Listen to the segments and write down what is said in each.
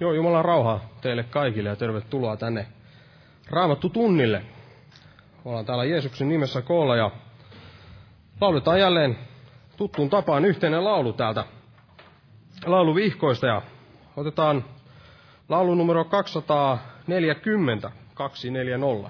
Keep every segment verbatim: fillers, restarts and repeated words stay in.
Joo, Jumalan rauhaa teille kaikille ja tervetuloa tänne Raamattu tunnille. Ollaan täällä Jeesuksen nimessä koolla ja lauletaan jälleen tuttuun tapaan yhteinen laulu täältä lauluvihkoista ja otetaan laulu numero kaksisataaneljäkymmentä, kaksisataaneljäkymmentä.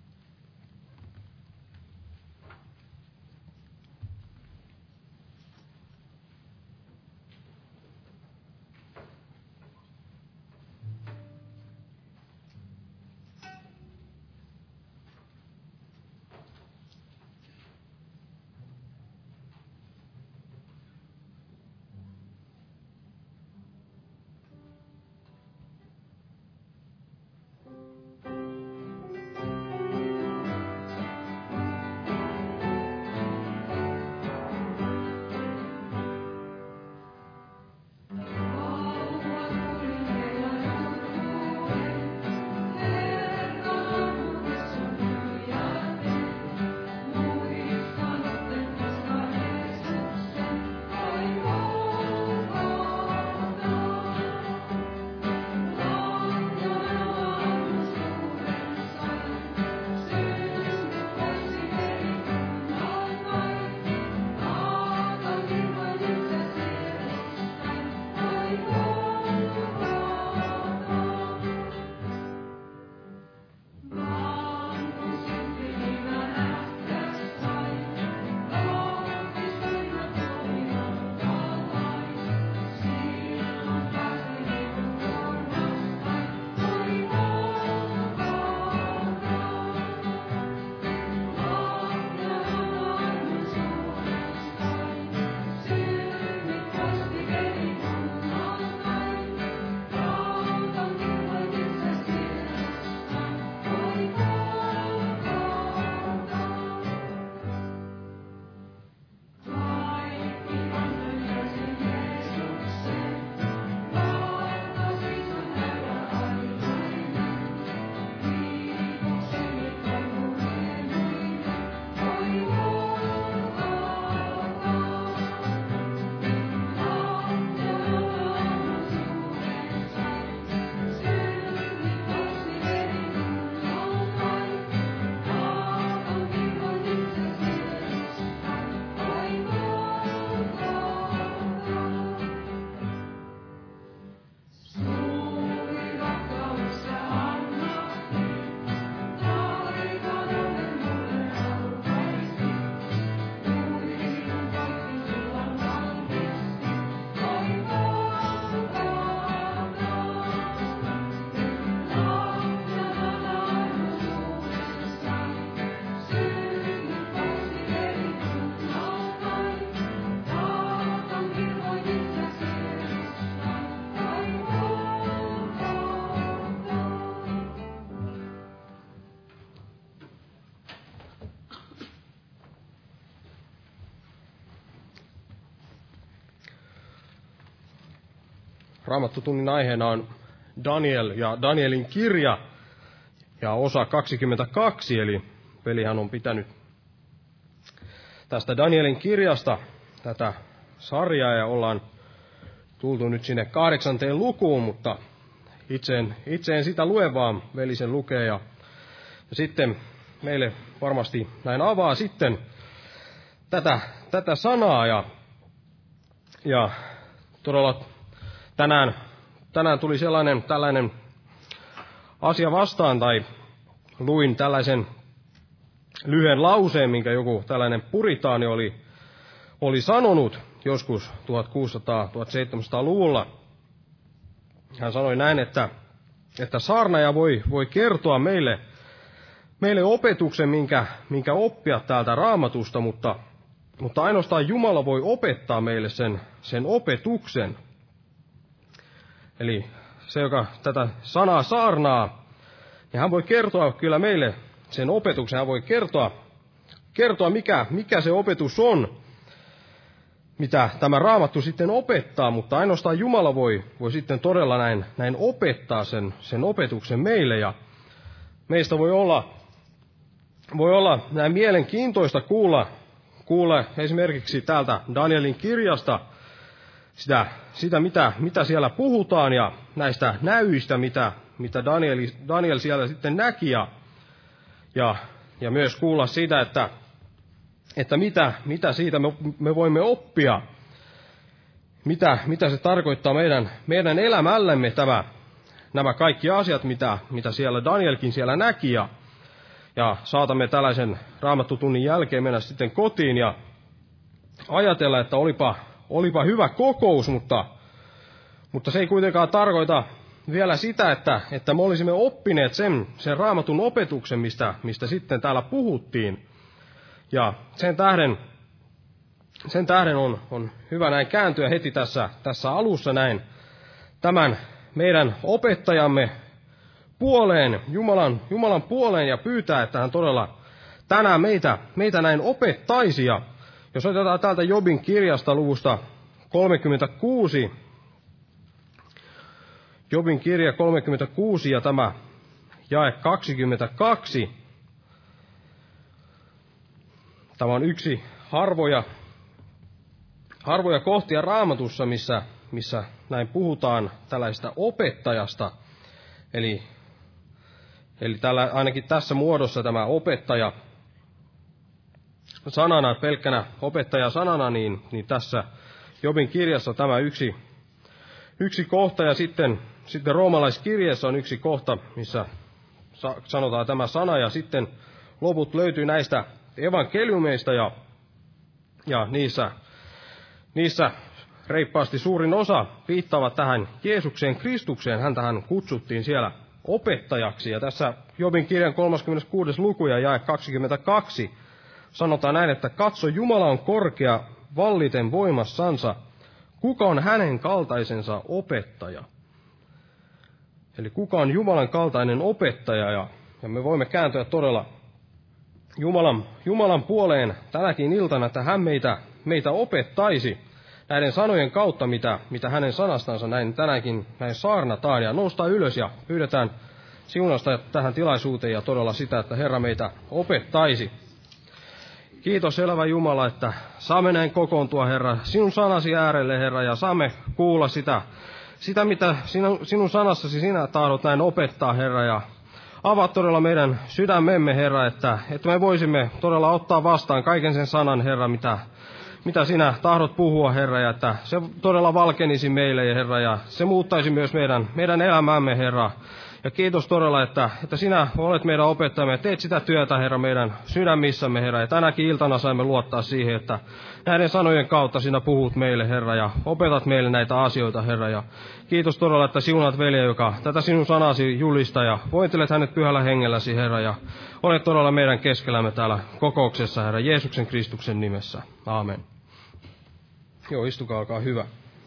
Raamattutunnin aiheena on Daniel ja Danielin kirja ja osa kaksikymmentäkaksi, eli velihän on pitänyt tästä Danielin kirjasta tätä sarjaa ja ollaan tultu nyt sinne kahdeksanteen lukuun, mutta itse en, itse en sitä lue, vaan veli sen lukee ja, ja sitten meille varmasti näin avaa sitten tätä, tätä sanaa ja, ja todella Tänään, tänään tuli sellainen tällainen asia vastaan, tai luin tällaisen lyhyen lauseen, minkä joku tällainen puritaani oli, oli sanonut joskus tuhatkuusisataa-tuhatseitsemänsataa-luvulla. Hän sanoi näin, että, että saarnaaja voi, voi kertoa meille, meille opetuksen, minkä, minkä oppia täältä Raamatusta, mutta, mutta ainoastaan Jumala voi opettaa meille sen, sen opetuksen. Eli se, joka tätä sanaa saarnaa, niin hän voi kertoa kyllä meille sen opetuksen. Hän voi kertoa, kertoa mikä, mikä se opetus on, mitä tämä Raamattu sitten opettaa, mutta ainoastaan Jumala voi, voi sitten todella näin, näin opettaa sen, sen opetuksen meille. Ja meistä voi olla, voi olla näin mielenkiintoista kuulla, kuulla esimerkiksi täältä Danielin kirjasta sitä, sitä mitä, mitä siellä puhutaan ja näistä näyistä, mitä, mitä Daniel, Daniel siellä sitten näki ja, ja, ja myös kuulla sitä, että, että mitä, mitä siitä me, me voimme oppia, mitä, mitä se tarkoittaa meidän, meidän elämällemme tämä, nämä kaikki asiat, mitä, mitä siellä Danielkin siellä näki ja, ja saatamme tällaisen raamattutunnin jälkeen mennä sitten kotiin ja ajatella, että olipa, olipa hyvä kokous, mutta, mutta se ei kuitenkaan tarkoita vielä sitä, että, että me olisimme oppineet sen, sen raamatun opetuksen, mistä, mistä sitten täällä puhuttiin. Ja sen tähden, sen tähden on, on hyvä näin kääntyä heti tässä, tässä alussa näin tämän meidän opettajamme puoleen, Jumalan, Jumalan puoleen ja pyytää, että hän todella tänään meitä, meitä näin opettaisi. Ja jos otetaan täältä Jobin kirjasta luvusta kolmekymmentäkuusi, Jobin kirja kolmekymmentäkuusi ja tämä jae kaksikymmentäkaksi. Tämä on yksi harvoja, harvoja kohtia Raamatussa, missä, missä näin puhutaan tällaista opettajasta. Eli, eli tällä, ainakin tässä muodossa tämä opettaja sanana, pelkkänä opettaja sanana, niin, niin tässä Jobin kirjassa tämä yksi, yksi kohta ja sitten, sitten roomalaiskirjeessä on yksi kohta, missä sanotaan tämä sana ja sitten loput löytyy näistä evankeliumeista ja, ja niissä, niissä reippaasti suurin osa viittaavat tähän Jeesukseen Kristukseen. Häntähän kutsuttiin siellä opettajaksi ja tässä Jobin kirjan kolmaskymmeneskuudes luku ja jae kaksikymmentäkaksi sanotaan näin, että katso, Jumala on korkea valliten voimassansa. Kuka on hänen kaltaisensa opettaja? Eli kuka on Jumalan kaltainen opettaja? Ja, ja me voimme kääntyä todella Jumalan, Jumalan puoleen tänäkin iltana, että hän meitä, meitä opettaisi näiden sanojen kautta, mitä, mitä hänen sanastansa näin tänäänkin näin saarnataan. Ja noustaan ylös ja pyydetään siunasta tähän tilaisuuteen ja todella sitä, että Herra meitä opettaisi. Kiitos elävä Jumala, että saamme näin kokoontua, Herra, sinun sanasi äärelle, Herra, ja saamme kuulla sitä, sitä mitä sinun, sinun sanassasi sinä tahdot näin opettaa, Herra, ja avaa todella meidän sydämemme, Herra, että, että me voisimme todella ottaa vastaan kaiken sen sanan, Herra, mitä, mitä sinä tahdot puhua, Herra, ja että se todella valkenisi meille, Herra, ja se muuttaisi myös meidän, meidän elämämme, Herra. Ja kiitos todella, että, että sinä olet meidän opettajamme ja teet sitä työtä, Herra, meidän sydämissämme, Herra. Ja tänäkin iltana saimme luottaa siihen, että näiden sanojen kautta sinä puhut meille, Herra, ja opetat meille näitä asioita, Herra. Ja kiitos todella, että siunat veljeä, joka tätä sinun sanasi julistaa, ja voitelet hänet pyhällä hengelläsi, Herra. Ja olet todella meidän keskellämme täällä kokouksessa, Herra, Jeesuksen Kristuksen nimessä. Aamen. Joo, istukaa, olkaa hyvä.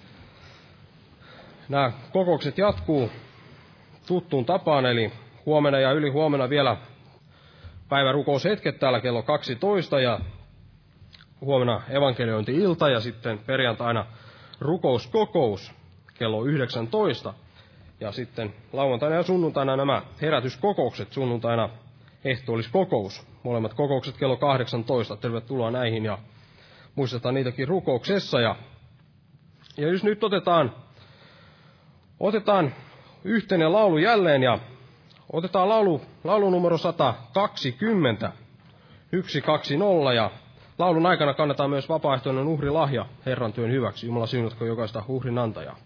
Nämä kokoukset jatkuu tuttuun tapaan, eli huomenna ja yli huomenna vielä päivärukoushetket täällä kello kaksitoista ja huomenna evankeliointi-ilta ja sitten perjantaina rukouskokous kello yhdeksäntoista. Ja sitten lauantaina ja sunnuntaina nämä herätyskokoukset, sunnuntaina ehtoolliskokous, molemmat kokoukset kello kahdeksantoista. Tervetuloa näihin ja muistetaan niitäkin rukouksessa. Ja, ja jos nyt otetaan, otetaan yhteinen laulu jälleen ja otetaan laulu, laulu numero sata kaksikymmentä, yksi kaksi nolla ja laulun aikana kannetaan myös vapaaehtoinen uhrilahja Herran työn hyväksi. Jumala siunatko jokaista uhrin antajaa.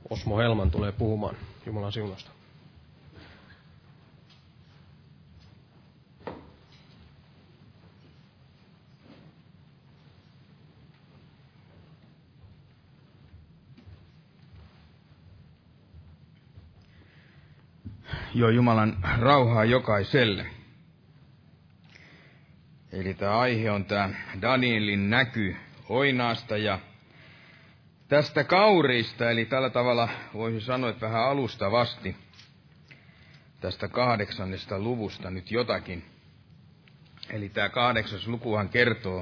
Osmo Helman tulee puhumaan Jumalan siunasta. Joo, Jumalan rauhaa jokaiselle. Eli tämä aihe on tämä Danielin näky oinaasta ja tästä kauriista, eli tällä tavalla voisi sanoa, että vähän alustavasti tästä kahdeksannesta luvusta nyt jotakin. Eli tämä kahdeksas lukuhan kertoo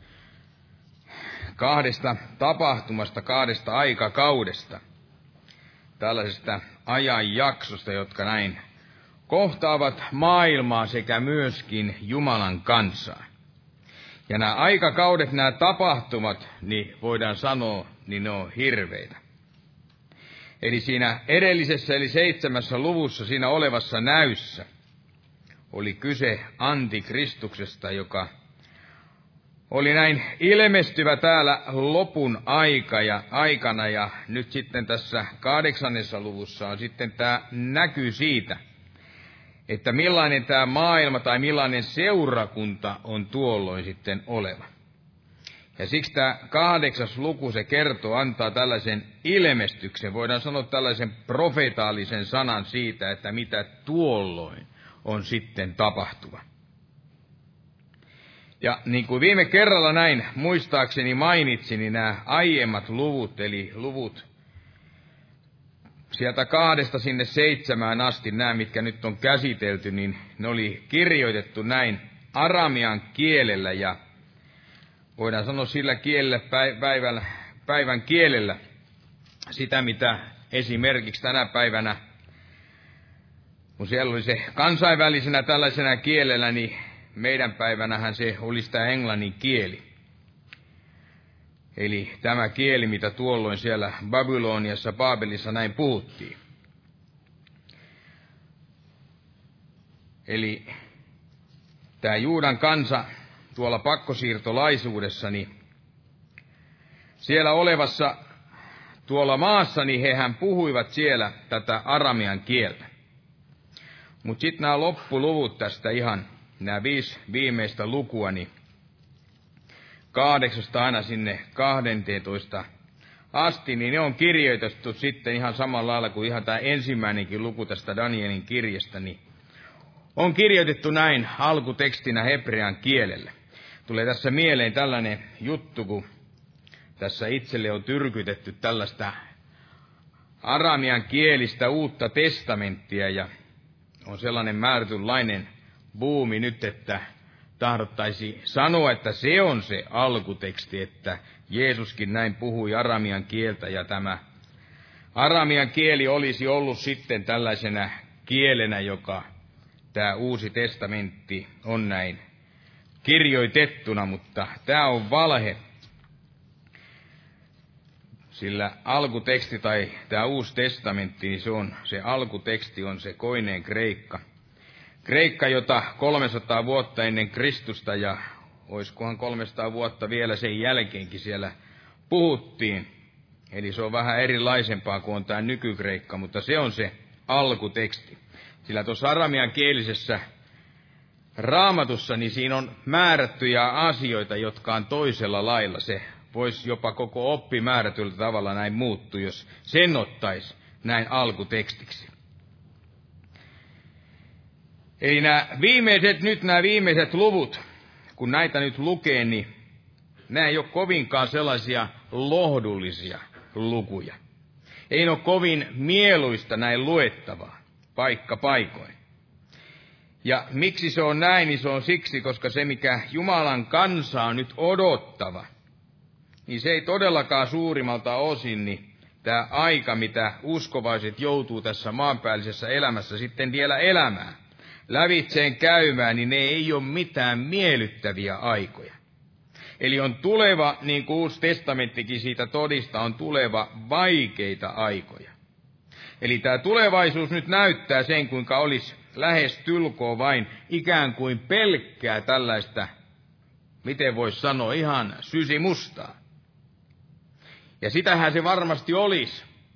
kahdesta tapahtumasta, kahdesta aikakaudesta, tällaisesta ajanjaksosta, jotka näin kohtaavat maailmaa sekä myöskin Jumalan kansaa. Ja nämä aikakaudet, nämä tapahtumat, niin voidaan sanoa, niin ne on hirveitä. Eli siinä edellisessä, eli seitsemässä luvussa, siinä olevassa näyssä, oli kyse antikristuksesta, joka oli näin ilmestyvä täällä lopun aika ja aikana, ja nyt sitten tässä kahdeksannessa luvussa on sitten tämä näky siitä, että millainen tämä maailma tai millainen seurakunta on tuolloin sitten oleva. Ja siksi tämä kahdeksas luku, se kertoo, antaa tällaisen ilmestyksen, voidaan sanoa tällaisen profetaalisen sanan siitä, että mitä tuolloin on sitten tapahtuva. Ja niin kuin viime kerralla näin muistaakseni mainitsin, niin nämä aiemmat luvut, eli luvut sieltä kahdesta sinne seitsemään asti, nämä mitkä nyt on käsitelty, niin ne oli kirjoitettu näin aramian kielellä ja voidaan sanoa sillä kielellä, päivän, päivän kielellä, sitä mitä esimerkiksi tänä päivänä, kun siellä oli se kansainvälisenä tällaisena kielellä, niin meidän päivänähän se oli sitä englannin kieli. Eli tämä kieli, mitä tuolloin siellä Babyloniassa, Baabelissa näin puhuttiin. Eli tämä Juudan kansa tuolla pakkosiirtolaisuudessa, niin siellä olevassa tuolla maassa, niin hehän puhuivat siellä tätä aramian kieltä. Mutta sitten nämä loppuluvut tästä ihan, nämä viisi viimeistä lukua, niin kahdeksasta aina sinne kahdenteentoista asti, niin ne on kirjoitettu sitten ihan samalla lailla kuin ihan tämä ensimmäinenkin luku tästä Danielin kirjasta, niin on kirjoitettu näin alkutekstinä hebrean kielelle. Tulee tässä mieleen tällainen juttu, kun tässä itselle on tyrkytetty tällaista aramian kielistä uutta testamenttia, ja on sellainen määrätynlainen buumi nyt, että tahdottaisi sanoa, että se on se alkuteksti, että Jeesuskin näin puhui aramian kieltä, ja tämä aramian kieli olisi ollut sitten tällaisena kielenä, joka tämä uusi testamentti on näin kirjoitettuna, mutta tämä on valhe, sillä alkuteksti tai tämä uusi testamentti, niin se, on, se alkuteksti on se koineen kreikka. Kreikka, jota kolmesataa vuotta ennen Kristusta ja oiskohan kolmesataa vuotta vielä sen jälkeenkin siellä puhuttiin. Eli se on vähän erilaisempaa kuin on tämä nykykreikka, mutta se on se alkuteksti. Sillä tuossa aramian kielisessä raamatussa, niin siinä on määrättyjä asioita, jotka on toisella lailla. Se voisi jopa koko oppi määrätyllä tavalla näin muuttua, jos sen ottaisi näin alkutekstiksi. Eli nämä viimeiset, nyt nämä viimeiset luvut, kun näitä nyt lukee, niin nämä ei ole kovinkaan sellaisia lohdullisia lukuja. Ei ole kovin mieluista näin luettavaa, paikka paikoin. Ja miksi se on näin, niin se on siksi, koska se mikä Jumalan kansa on nyt odottava, niin se ei todellakaan suurimmalta osin, niin tämä aika, mitä uskovaiset joutuu tässä maanpäällisessä elämässä sitten vielä elämään, lävitseen käymään, niin ne ei ole mitään miellyttäviä aikoja. Eli on tuleva, niin kuin Uusi testamenttikin siitä todistaa, on tuleva vaikeita aikoja. Eli tämä tulevaisuus nyt näyttää sen, kuinka olisi lähes tylkoa vain ikään kuin pelkkää tällaista, miten voisi sanoa, ihan sysimustaa. Ja sitähän se varmasti olisi,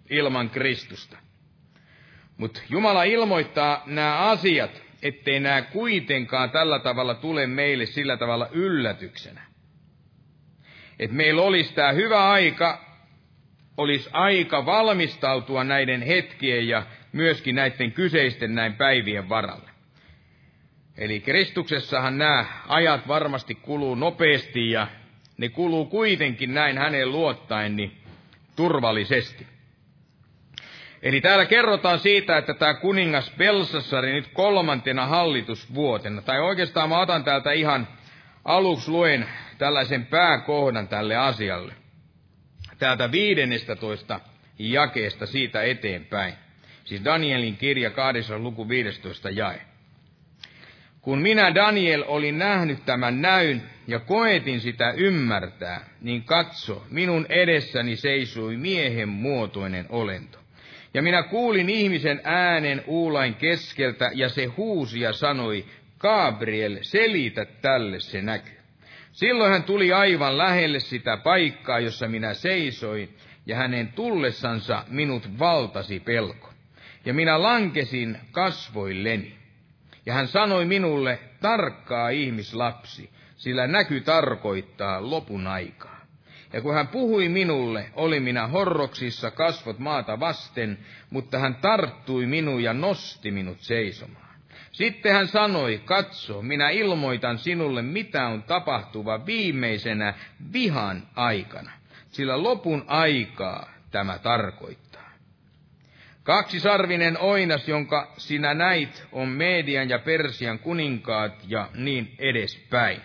ilman Kristusta. Mutta Jumala ilmoittaa nämä asiat, ettei nämä kuitenkaan tällä tavalla tule meille sillä tavalla yllätyksenä. Että meillä olisi tämä hyvä aika, olisi aika valmistautua näiden hetkien ja myöskin näiden kyseisten näin päivien varalle. Eli Kristuksessahan nämä ajat varmasti kuluu nopeasti ja ne kuluu kuitenkin näin häneen luottaen niin turvallisesti. Eli täällä kerrotaan siitä, että tämä kuningas Belsassari nyt kolmantena hallitusvuotena, tai oikeastaan mä otan täältä ihan aluksi luen tällaisen pääkohdan tälle asialle. Täältä viidennestätoista jakeesta siitä eteenpäin. Siis Danielin kirja kahdeksan luku viidestoista jae. Kun minä Daniel olin nähnyt tämän näyn ja koetin sitä ymmärtää, niin katso, minun edessäni seisoi miehen muotoinen olento. Ja minä kuulin ihmisen äänen uulain keskeltä, ja se huusi ja sanoi, Gabriel, selitä tälle se näky. Silloin hän tuli aivan lähelle sitä paikkaa, jossa minä seisoin, ja hänen tullessansa minut valtasi pelko. Ja minä lankesin kasvoilleni. Ja hän sanoi minulle, tarkkaa ihmislapsi, sillä näky tarkoittaa lopun aikaa. Ja kun hän puhui minulle, oli minä horroksissa kasvot maata vasten, mutta hän tarttui minuun ja nosti minut seisomaan. Sitten hän sanoi, katso, minä ilmoitan sinulle, mitä on tapahtuva viimeisenä vihan aikana, sillä lopun aikaa tämä tarkoittaa. Kaksisarvinen oinas, jonka sinä näit, on Median ja Persian kuninkaat ja niin edespäin.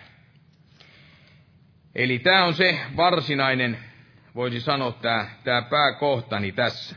Eli tämä on se varsinainen, voisi sanoa, tämä, tämä pääkohtani tässä.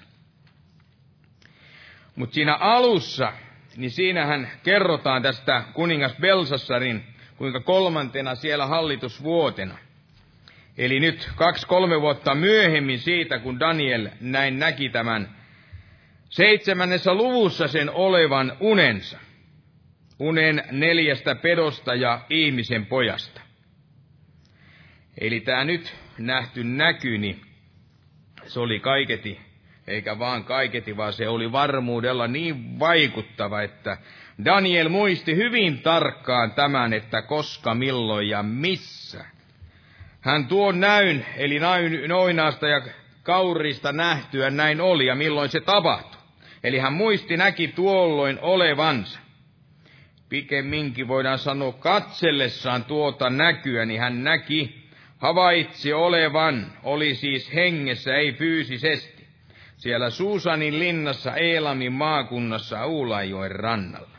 Mutta siinä alussa, niin siinähän kerrotaan tästä kuningas Belsassarin, kuinka kolmantena siellä hallitusvuotena. Eli nyt kaksi kolme vuotta myöhemmin siitä, kun Daniel näin näki tämän seitsemännessä luvussa sen olevan unensa. Unen neljästä pedosta ja ihmisen pojasta. Eli tämä nyt nähty näky, niin se oli kaiketi, eikä vaan kaiketi, vaan se oli varmuudella niin vaikuttava, että Daniel muisti hyvin tarkkaan tämän, että koska, milloin ja missä. Hän tuon näyn, eli noinaasta ja kaurista nähtyä näin oli ja milloin se tapahtui. Eli hän muisti näki tuolloin olevansa. Pikemminkin voidaan sanoa katsellessaan tuota näkyä, niin hän näki, havaitsi olevan, oli siis hengessä, ei fyysisesti, siellä Suusanin linnassa Eelamin maakunnassa Uulainjoen rannalla.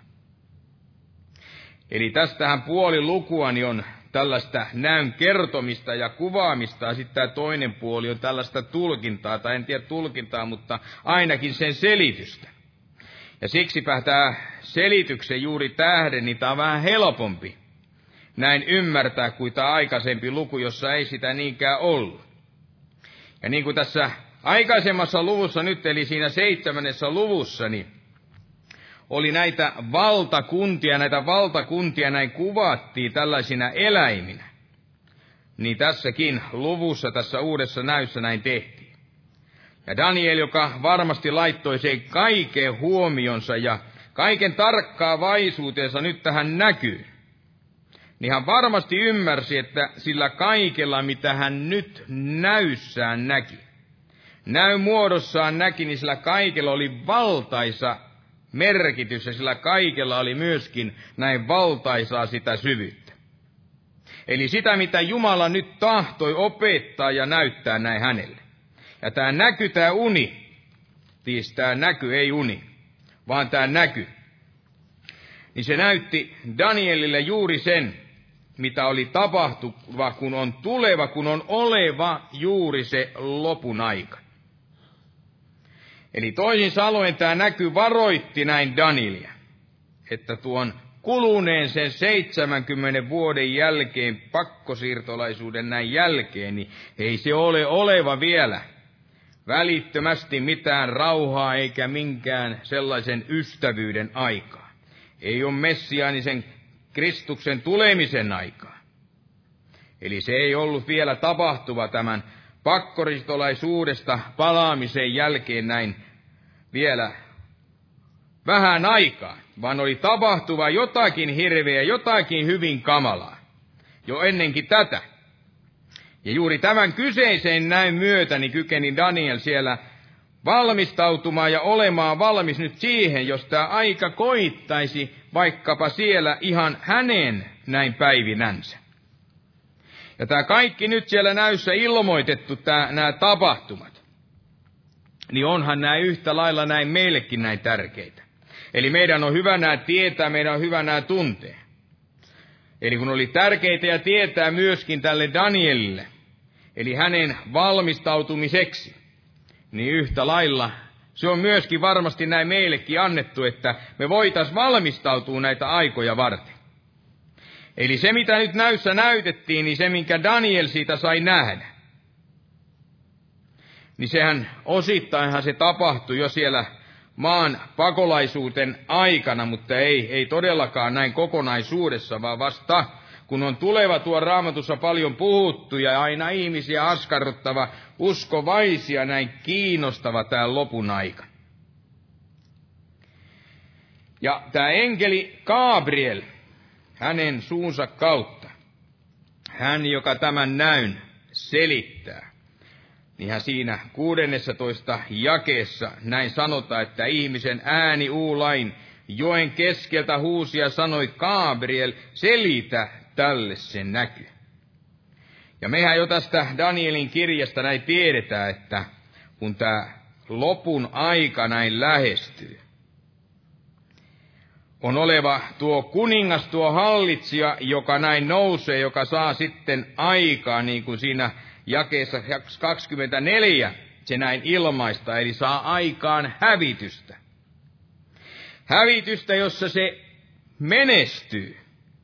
Eli tästähän puoli lukuani on tällaista näyn kertomista ja kuvaamista, ja sitten tämä toinen puoli on tällaista tulkintaa, tai en tiedä tulkintaa, mutta ainakin sen selitystä. Ja siksipä tämä selityksen juuri tähden, niin tämä on vähän helpompi näin ymmärtää kuin tämä aikaisempi luku, jossa ei sitä niinkään ollut. Ja niin kuin tässä aikaisemmassa luvussa nyt, eli siinä seitsemännessä luvussa, niin oli näitä valtakuntia, näitä valtakuntia näin kuvattiin tällaisina eläiminä. Niin tässäkin luvussa, tässä uudessa näyssä näin tehtiin. Ja Daniel, joka varmasti laittoi sen kaiken huomionsa ja kaiken tarkkaavaisuutensa nyt tähän näkyy, niin hän varmasti ymmärsi, että sillä kaikella, mitä hän nyt näyssään näki, näyn muodossaan näki, niin sillä kaikella oli valtaisa merkitys, ja sillä kaikella oli myöskin näin valtaisaa sitä syvyyttä. Eli sitä, mitä Jumala nyt tahtoi opettaa ja näyttää näin hänelle. Ja tämä näky, tämä uni, siis tämä näky, ei uni, vaan tämä näky, niin se näytti Danielille juuri sen, mitä oli tapahtuva, kun on tuleva, kun on oleva juuri se lopun aika. Eli toisin sanoen tämä näky varoitti näin Danielia, että tuon kuluneen sen seitsemänkymmenen vuoden jälkeen, pakkosiirtolaisuuden näin jälkeen, niin ei se ole oleva vielä välittömästi mitään rauhaa eikä minkään sellaisen ystävyyden aikaa. Ei ole messiaanisen Kristuksen tulemisen aikaa. Eli se ei ollut vielä tapahtuva tämän pakkoristolaisuudesta palaamisen jälkeen näin vielä vähän aikaa, vaan oli tapahtuva jotakin hirveä, jotakin hyvin kamalaa, jo ennenkin tätä. Ja juuri tämän kyseisen näin myötä niin kykeni Daniel siellä valmistautumaan ja olemaan valmis nyt siihen, jos tämä aika koittaisi vaikkapa siellä ihan hänen näin päivinänsä. Ja tämä kaikki nyt siellä näyssä ilmoitettu, tämä, nämä tapahtumat, niin onhan nämä yhtä lailla näin meillekin näin tärkeitä. Eli meidän on hyvä nämä tietää, meidän on hyvä nämä tuntea. Eli kun oli tärkeitä ja tietää myöskin tälle Danielille, eli hänen valmistautumiseksi, niin yhtä lailla se on myöskin varmasti näin meillekin annettu, että me voitaisiin valmistautua näitä aikoja varten. Eli se, mitä nyt näyssä näytettiin, niin se, minkä Daniel siitä sai nähdä, niin sehän osittainhan se tapahtui jo siellä maan pakolaisuuden aikana, mutta ei, ei todellakaan näin kokonaisuudessa, vaan vasta kun on tuleva tuo Raamatussa paljon puhuttu ja aina ihmisiä askarruttava, uskovaisia näin kiinnostava tämä lopun aika. Ja tämä enkeli Gabriel, hänen suunsa kautta, hän joka tämän näyn selittää, niin hän siinä kuudennessatoista jakeessa näin sanotaan, että ihmisen ääni uulain joen keskeltä huusi ja sanoi, Gabriel, selitä tälle sen näky. Ja mehän jo tästä Danielin kirjasta näin tiedetään, että kun tämä lopun aika näin lähestyy, on oleva tuo kuningas, tuo hallitsija, joka näin nousee, joka saa sitten aikaa, niin kuin siinä jakeessa kaksikymmentäneljä se näin ilmaista, eli saa aikaan hävitystä. Hävitystä, jossa se menestyy.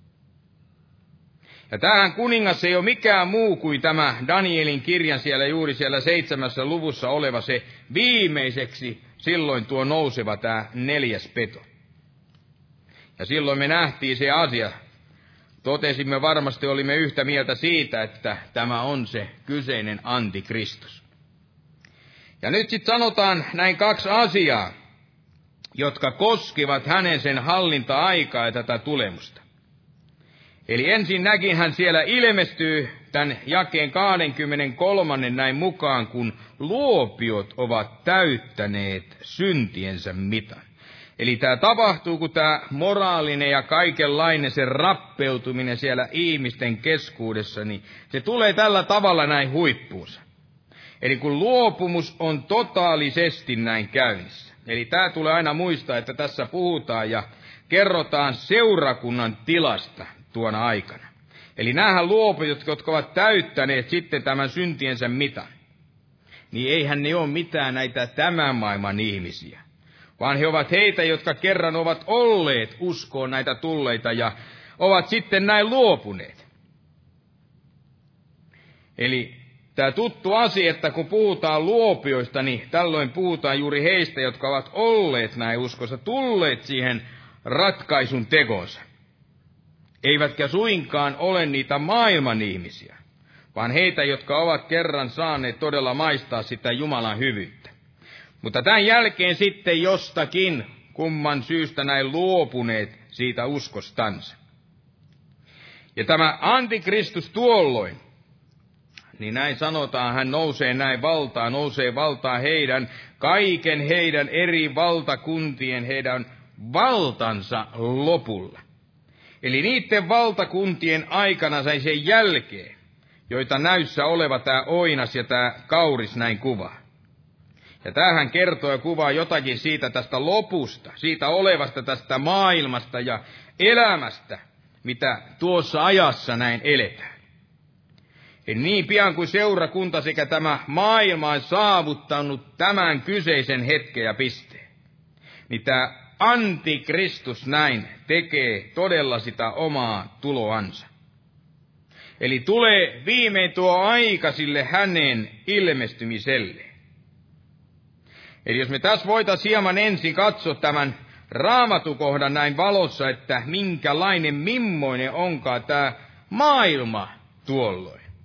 Ja tämähän kuningas ei ole mikään muu kuin tämä Danielin kirjan siellä juuri siellä seitsemässä luvussa oleva se viimeiseksi silloin tuo nouseva tämä neljäs peto. Ja silloin me nähtiin se asia. Totesimme varmasti, olimme yhtä mieltä siitä, että tämä on se kyseinen antikristus. Ja nyt sitten sanotaan näin kaksi asiaa, jotka koskivat hänen sen hallinta-aikaa ja tätä tulemusta. Eli ensinnäkin hän siellä ilmestyy tämän jakeen kaksikymmentäkolme näin mukaan, kun luopiot ovat täyttäneet syntiensä mitan. Eli tämä tapahtuu, kun tämä moraalinen ja kaikenlainen se rappeutuminen siellä ihmisten keskuudessa, niin se tulee tällä tavalla näin huippuunsa. Eli kun luopumus on totaalisesti näin käynnissä. Eli tämä tulee aina muistaa, että tässä puhutaan ja kerrotaan seurakunnan tilasta tuona aikana. Eli näähän luopujat, jotka ovat täyttäneet sitten tämän syntiensä mitan, niin eihän ne ole mitään näitä tämän maailman ihmisiä, vaan he ovat heitä, jotka kerran ovat olleet uskoon näitä tulleita ja ovat sitten näin luopuneet. Eli tämä tuttu asia, että kun puhutaan luopioista, niin tällöin puhutaan juuri heistä, jotka ovat olleet näin uskossa, tulleet siihen ratkaisun tekoonsa. Eivätkä suinkaan ole niitä maailman ihmisiä, vaan heitä, jotka ovat kerran saaneet todella maistaa sitä Jumalan hyvyyttä. Mutta tämän jälkeen sitten jostakin kumman syystä näin luopuneet siitä uskostansa. Ja tämä antikristus tuolloin, niin näin sanotaan, hän nousee näin valtaan, nousee valtaan heidän, kaiken heidän eri valtakuntien, heidän valtansa lopulla. Eli niiden valtakuntien aikana sai sen jälkeen, joita näyssä oleva tämä oinas ja tämä kauris näin kuvaa. Ja tämähän kertoo ja kuvaa jotakin siitä tästä lopusta, siitä olevasta tästä maailmasta ja elämästä, mitä tuossa ajassa näin eletään. Eli niin pian kuin seurakunta sekä tämä maailma on saavuttanut tämän kyseisen hetken ja pisteen, niin tämä antikristus näin tekee todella sitä omaa tuloansa. Eli tulee viimein tuo aika sille hänen ilmestymiselleen. Eli jos me tässä voitaisiin hieman ensin katsoa tämän raamatukohdan näin valossa, että minkälainen, mimmoinen onkaan tämä maailma tuolloin.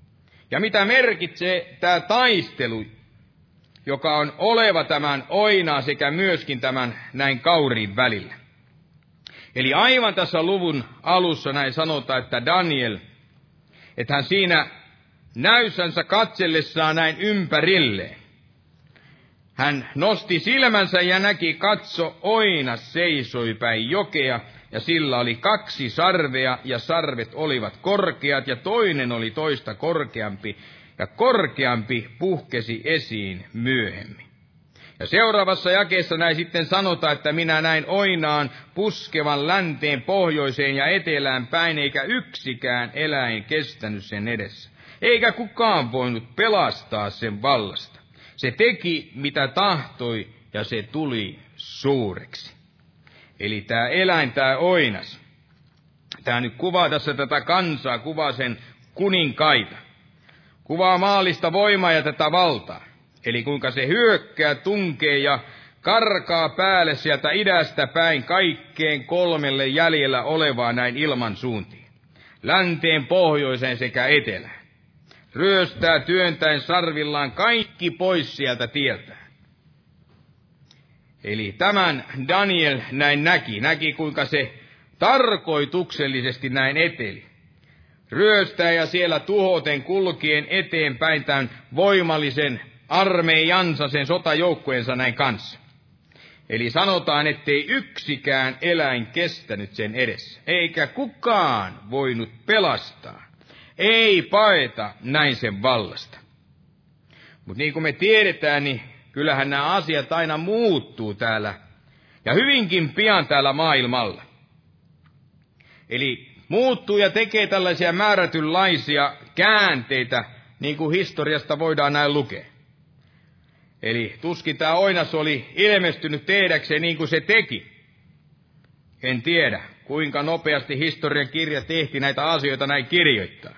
Ja mitä merkitsee tämä taistelu, joka on oleva tämän oinaa sekä myöskin tämän näin kauriin välillä. Eli aivan tässä luvun alussa näin sanotaan, että Daniel, että hän siinä näyssänsä katsellessaan näin ympärilleen. Hän nosti silmänsä ja näki, katso, oina seisoi päin jokea, ja sillä oli kaksi sarvea, ja sarvet olivat korkeat, ja toinen oli toista korkeampi, ja korkeampi puhkesi esiin myöhemmin. Ja seuraavassa jakeessa näin sitten sanotaan, että minä näin oinaan puskevan länteen, pohjoiseen ja etelään päin, eikä yksikään eläin kestänyt sen edessä. Eikä kukaan voinut pelastaa sen vallasta. Se teki, mitä tahtoi, ja se tuli suureksi. Eli tämä eläin, tämä oinas, tämä nyt kuvaa tässä tätä kansaa, kuvaa sen kuninkaita. Kuvaa maallista voimaa ja tätä valtaa. Eli kuinka se hyökkää, tunkee ja karkaa päälle sieltä idästä päin kaikkeen kolmelle jäljellä olevaa näin ilman suuntiin. Länteen, pohjoiseen sekä etelään. Ryöstää työntäen sarvillaan kaikki pois sieltä tieltä. Eli tämän Daniel näin näki, näki kuinka se tarkoituksellisesti näin eteli. Ryöstää ja siellä tuhoten kulkien eteenpäin tämän voimallisen armeijansa, sen sotajoukkueensa näin kanssa. Eli sanotaan, ettei yksikään eläin kestänyt sen edessä, eikä kukaan voinut pelastaa, ei paeta näin sen vallasta. Mutta niin kuin me tiedetään, niin kyllähän nämä asiat aina muuttuu täällä, ja hyvinkin pian täällä maailmalla. Eli muuttuu ja tekee tällaisia määrätynlaisia käänteitä, niin kuin historiasta voidaan näin lukea. Eli tuskin tämä oinas oli ilmestynyt tehdäkseen niin kuin se teki. En tiedä, kuinka nopeasti historian kirja tehti näitä asioita näin kirjoittaa.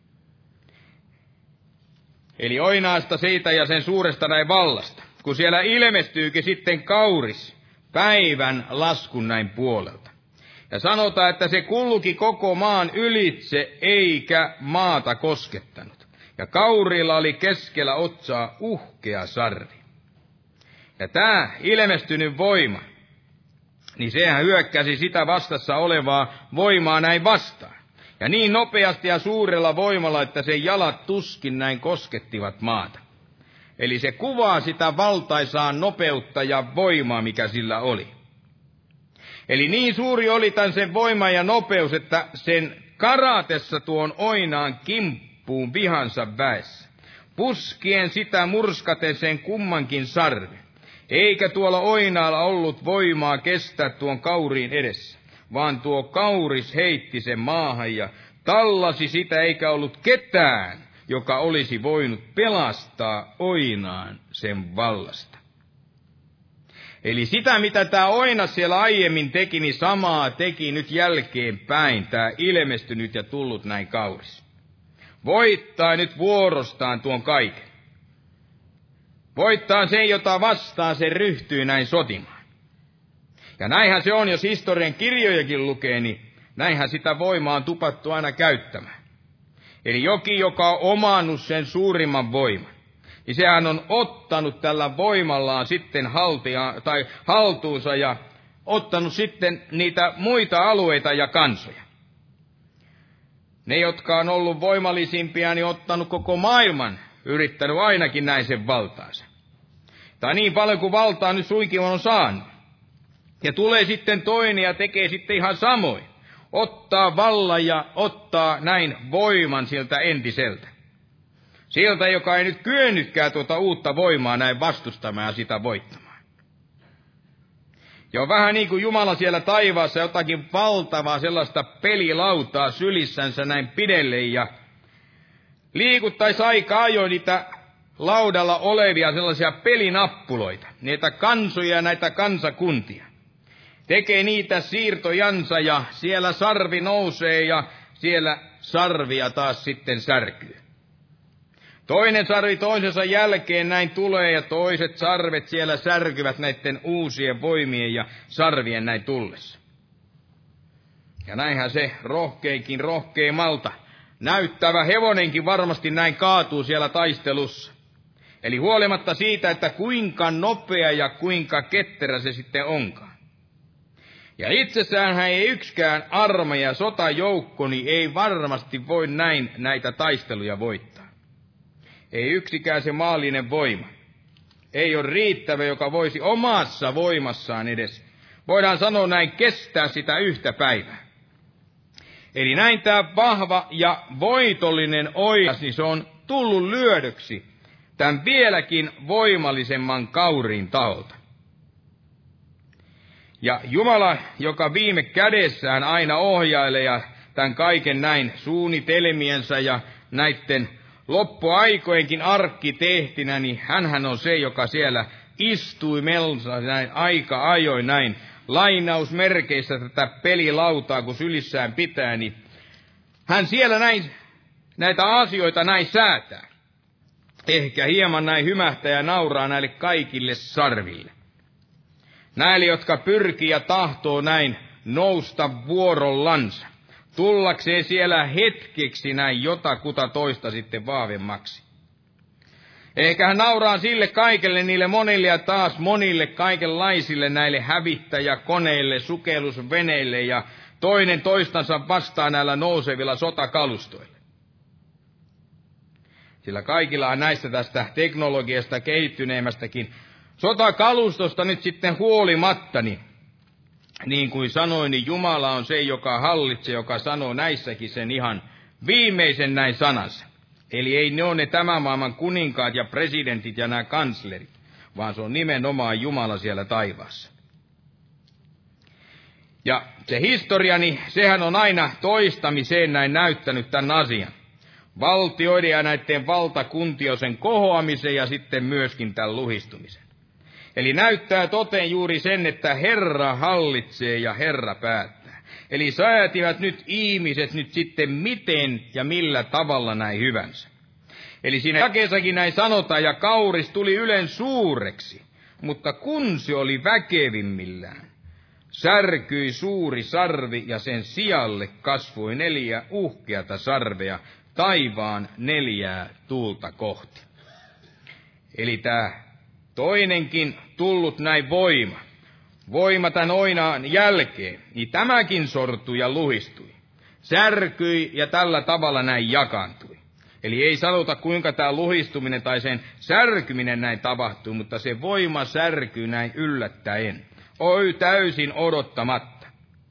Eli oinaasta siitä ja sen suuresta näin vallasta, kun siellä ilmestyykin sitten kauris päivän laskun näin puolelta. Ja sanotaan, että se kulki koko maan ylitse, eikä maata koskettanut. Ja kaurilla oli keskellä otsaa uhkea sarvi. Ja tämä ilmestynyt voima, niin sehän hyökkäsi sitä vastassa olevaa voimaa näin vastaan. Ja niin nopeasti ja suurella voimalla, että sen jalat tuskin näin koskettivat maata. Eli se kuvaa sitä valtaisaa nopeutta ja voimaa, mikä sillä oli. Eli niin suuri oli tämän sen voima ja nopeus, että sen karatessa tuon oinaan kimppuun vihansa väessä, puskien sitä murskaten sen kummankin sarvi, eikä tuolla oinaalla ollut voimaa kestää tuon kauriin edessä, vaan tuo kauris heitti sen maahan ja tallasi sitä, eikä ollut ketään, joka olisi voinut pelastaa oinaan sen vallasta. Eli sitä, mitä tämä oinas siellä aiemmin teki, niin samaa teki nyt jälkeenpäin tämä ilmestynyt ja tullut näin kauris. Voittaa nyt vuorostaan tuon kaiken. Voittaa sen, jota vastaan se ryhtyy näin sotimaan. Ja näinhän se on, jos historian kirjojakin lukee, niin näinhän sitä voimaa on tupattu aina käyttämään. Eli jokin, joka on omannut sen suurimman voiman, niin sehän on ottanut tällä voimallaan sitten haltia, tai haltuunsa ja ottanut sitten niitä muita alueita ja kansoja. Ne, jotka on ollut voimallisimpia, niin ottanut koko maailman, yrittänyt ainakin näin sen valtaansa. Tai niin paljon kuin valtaa nyt suinkin on saanut. Ja tulee sitten toinen ja tekee sitten ihan samoin. Ottaa vallan ja ottaa näin voiman sieltä entiseltä. Siltä, joka ei nyt kyennytkään tuota uutta voimaa näin vastustamaan ja sitä voittamaan. Ja on vähän niin kuin Jumala siellä taivaassa jotakin valtavaa sellaista pelilautaa sylissänsä näin pidelle ja liikuttaisi aika ajoin niitä laudalla olevia sellaisia pelinappuloita, niitä kansoja ja näitä kansakuntia. Tekee niitä siirtojansa ja siellä sarvi nousee ja siellä sarvia taas sitten särkyy. Toinen sarvi toisensa jälkeen näin tulee ja toiset sarvet siellä särkyvät näiden uusien voimien ja sarvien näin tullessa. Ja näinhän se rohkeinkin rohkeimmalta näyttävä hevonenkin varmasti näin kaatuu siellä taistelussa. Eli huolimatta siitä, että kuinka nopea ja kuinka ketterä se sitten onkaan. Ja itsessäänhän ei yksikään armeija, sotajoukko, niin ei varmasti voi näin näitä taisteluja voittaa. Ei yksikään se maallinen voima. Ei ole riittävä, joka voisi omassa voimassaan edes, voidaan sanoa näin, kestää sitä yhtä päivää. Eli näin tämä vahva ja voitollinen oinas, niin se on tullut lyödöksi tämän vieläkin voimallisemman kauriin taholta. Ja Jumala, joka viime kädessään aina ohjailee ja tämän kaiken näin suunnitelmiensa ja näiden loppuaikojenkin arkkitehtinä, niin hänhän on se, joka siellä istui melsa näin aika ajoin näin lainausmerkeissä tätä pelilautaa, kun sylissään pitää, niin hän siellä näin näitä asioita näin säätää. Ehkä hieman näin hymähtää ja nauraa näille kaikille sarville. Näille, jotka pyrkii ja tahtoo näin nousta vuorollansa, tullakseen siellä hetkeksi näin jotakuta toista sitten vahvemmaksi. Ehkä hän nauraa sille kaikelle niille monille ja taas monille kaikenlaisille näille hävittäjäkoneille, sukellusveneille ja toinen toistansa vastaan näillä nousevilla sotakalustoilla. Sillä kaikilla näistä tästä teknologiasta kehittyneemmästäkin sotakalustosta nyt sitten huolimatta, niin, niin kuin sanoin, niin Jumala on se, joka hallitsee, joka sanoo näissäkin sen ihan viimeisen näin sanansa. Eli ei ne ole ne tämän maailman kuninkaat ja presidentit ja nämä kanslerit, vaan se on nimenomaan Jumala siellä taivaassa. Ja se historia, niin sehän on aina toistamiseen näin näyttänyt tämän asian. Valtioiden ja näiden valtakuntiosen kohoamisen ja sitten myöskin tämän luhistumisen. Eli näyttää toteen juuri sen, että Herra hallitsee ja Herra päättää. Eli säätivät nyt ihmiset nyt sitten miten ja millä tavalla näin hyvänsä. Eli siinä jakeessakin näin sanotaan, ja kauris tuli ylen suureksi, mutta kun se oli väkevimmillään, särkyi suuri sarvi ja sen sijalle kasvoi neljä uhkeata sarvea taivaan neljää tuulta kohti. Eli tämä toinenkin tullut näin voima, voima tämän oinaan jälkeen, niin tämäkin sortui ja luhistui, särkyi ja tällä tavalla näin jakaantui. Eli ei sanota, kuinka tämä luhistuminen tai sen särkyminen näin tapahtuu, mutta se voima särkyy näin yllättäen, oi täysin odottamatta.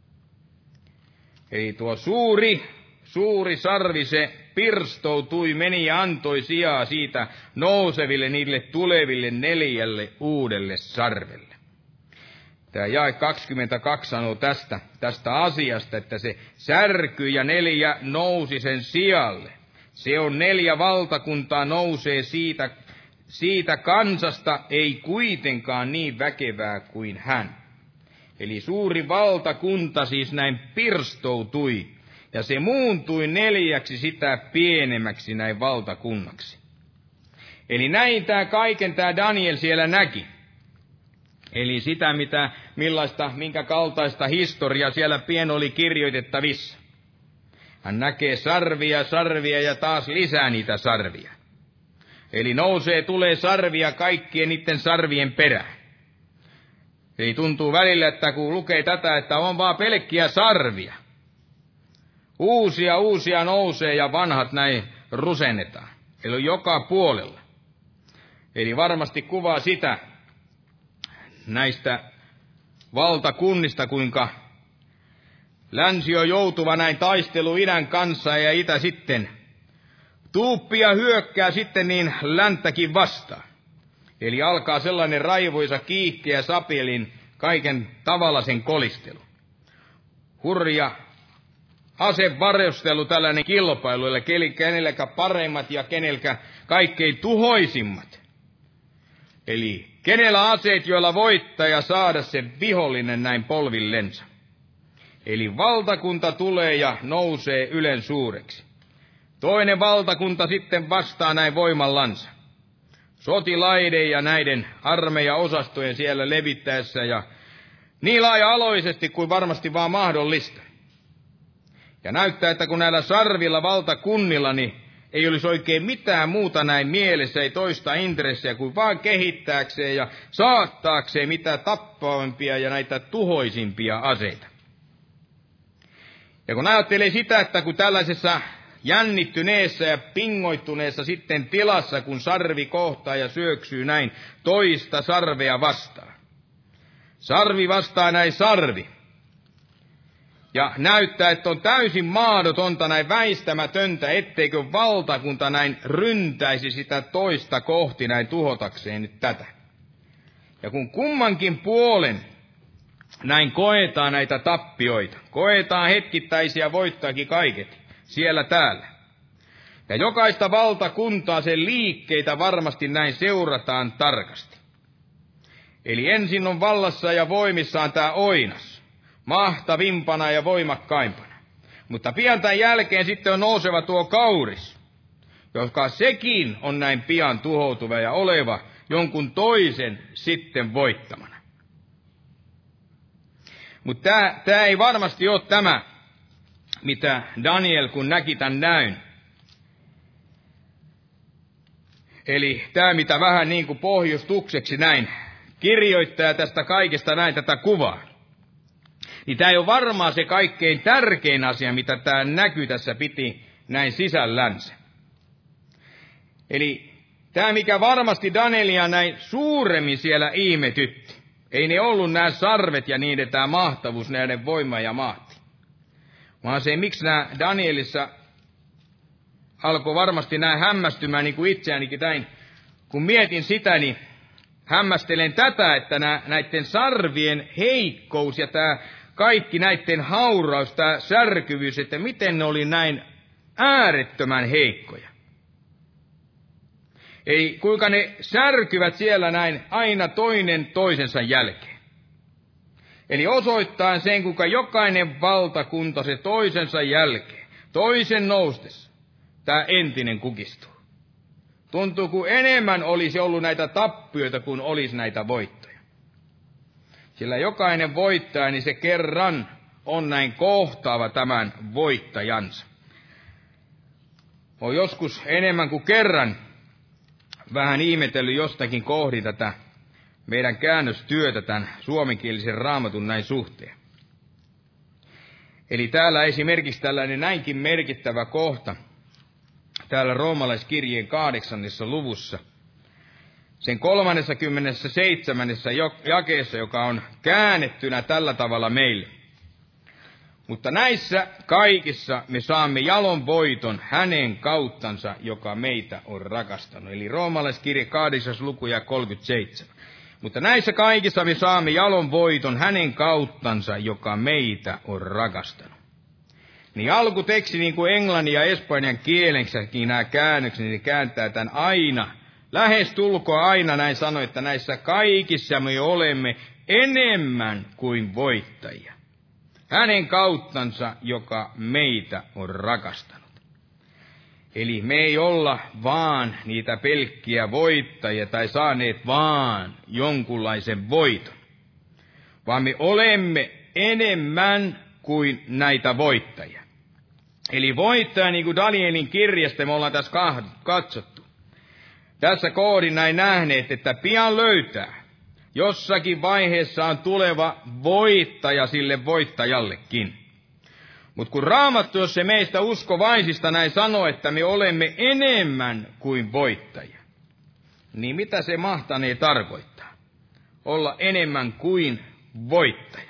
Eli tuo suuri, suuri sarvi, se pirstoutui, meni ja antoi sijaa siitä nouseville niille tuleville neljälle uudelle sarvelle. Tämä jae kaksikymmentäkaksi sanoo tästä, tästä asiasta, että se särkyi ja neljä nousi sen sijalle. Se on neljä valtakuntaa nousee siitä, siitä kansasta, ei kuitenkaan niin väkevää kuin hän. Eli suuri valtakunta siis näin pirstoutui, ja se muuntui neljäksi sitä pienemmäksi näin valtakunnaksi. Eli näin tämä kaiken tämä Daniel siellä näki. Eli sitä, mitä, millaista, minkä kaltaista historiaa siellä pien oli kirjoitettavissa. Hän näkee sarvia, sarvia ja taas lisää niitä sarvia. Eli nousee, tulee sarvia kaikkien niiden sarvien perään. Eli tuntuu välillä, että kun lukee tätä, että on vaan pelkkiä sarvia. Uusia, uusia nousee ja vanhat näin rusennetaan. Eli joka puolella. Eli varmasti kuvaa sitä näistä valtakunnista, kuinka länsi on joutuva näin taistelu idän kanssa ja itä sitten tuuppia hyökkää sitten niin länttäkin vastaan. Eli alkaa sellainen raivoisa kiihkeä sapielin kaiken tavalla sen kolistelu. Hurja asevarustelu, tällainen kilpailu, eli kenelläkä paremmat ja kenelläkä kaikkein tuhoisimmat. Eli kenellä aseet, joilla voittaa ja saada sen vihollinen näin polvillensa. Eli valtakunta tulee ja nousee ylen suureksi. Toinen valtakunta sitten vastaa näin voimallansa. Sotilaiden ja näiden armeijaosastojen siellä levittäessä ja niin laaja-aloisesti kuin varmasti vaan mahdollista. Ja näyttää, että kun näillä sarvilla valtakunnilla, niin ei olisi oikein mitään muuta näin mielessä, ei toista intressiä kuin vaan kehittääkseen ja saattaakseen mitä tappavampia ja näitä tuhoisimpia aseita. Ja kun ajattelee sitä, että kun tällaisessa jännittyneessä ja pingoittuneessa sitten tilassa, kun sarvi kohtaa ja syöksyy näin toista sarvea vastaan. Sarvi vastaa näin sarvi. Ja näyttää, että on täysin mahdotonta näin väistämätöntä, etteikö valtakunta näin ryntäisi sitä toista kohti näin tuhotakseen nyt tätä. Ja kun kummankin puolen näin koetaan näitä tappioita, koetaan hetkittäisiä voittaakin kaiket, siellä täällä. Ja jokaista valtakuntaa sen liikkeitä varmasti näin seurataan tarkasti. Eli ensin on vallassa ja voimissaan tämä Oinas, mahtavimpana ja voimakkaimpana. Mutta pian tämän jälkeen sitten on nouseva tuo Kauris, joka sekin on näin pian tuhoutuva ja oleva jonkun toisen sitten voittamana. Mutta tämä, tämä ei varmasti ole tämä, mitä Daniel kun näki tämän näyn. Eli tämä, mitä vähän niin kuin pohjustukseksi näin kirjoittaa tästä kaikesta näin tätä kuvaa. Niin tämä ei ole varmaan se kaikkein tärkein asia, mitä tämä näky tässä piti näin sisällänsä. Eli tämä, mikä varmasti Danielia näin suuremmin siellä ihmetytti. Ei ne ollut nämä sarvet ja niiden tämä mahtavuus, näiden voima ja mahti. Vaan se, miksi nämä Danielissa alkoi varmasti näin hämmästymään, niin kuin itseänikin näin. Kun mietin sitä, niin hämmästelen tätä, että nämä, näiden sarvien heikkous ja tämä kaikki näiden hauraus, tämä särkyvyys, että miten ne oli näin äärettömän heikkoja. Ei kuinka ne särkyvät siellä näin aina toinen toisensa jälkeen. Eli osoittaa sen, kuinka jokainen valtakunta se toisensa jälkeen, toisen noustessa, tämä entinen kukistuu. Tuntuu, kuin enemmän olisi ollut näitä tappioita, kuin olisi näitä voittoja. Sillä jokainen voittaja, niin se kerran on näin kohtaava tämän voittajansa. On joskus enemmän kuin kerran vähän ihmetellyt jostakin kohdin tätä meidän käännöstyötä tämän suomenkielisen raamatun näin suhteen. Eli täällä esimerkiksi tällainen näinkin merkittävä kohta, täällä roomalaiskirjeen kahdeksannessa luvussa, sen kolmannessakymmenessä seitsemännessä jakeessa, joka on käännettynä tällä tavalla meille. Mutta näissä kaikissa me saamme jalon voiton hänen kauttansa, joka meitä on rakastanut. Eli roomalaiskirje kahdeksas luku ja kolmekymmentäseitsemän. Mutta näissä kaikissa me saamme jalon voiton hänen kauttansa, joka meitä on rakastanut. Niin alkuteksti, niin kuin englannin ja espanjan kielensäkin nämä käännökset, niin kääntää tämän aina. Lähes tulkoa aina näin sanoi, että näissä kaikissa me olemme enemmän kuin voittajia. Hänen kauttansa, joka meitä on rakastanut. Eli me ei olla vaan niitä pelkkiä voittajia tai saaneet vaan jonkunlaisen voiton, vaan me olemme enemmän kuin näitä voittajia. Eli voittaja, niin kuin Danielin kirjasta me ollaan tässä katsottu. Tässä kohdin näin nähneet, että pian löytää. Jossakin vaiheessa on tuleva voittaja sille voittajallekin. Mutta kun Raamattu, jos se meistä uskovaisista näin sanoo, että me olemme enemmän kuin voittajia, niin mitä se mahtanee tarkoittaa? Olla enemmän kuin voittaja.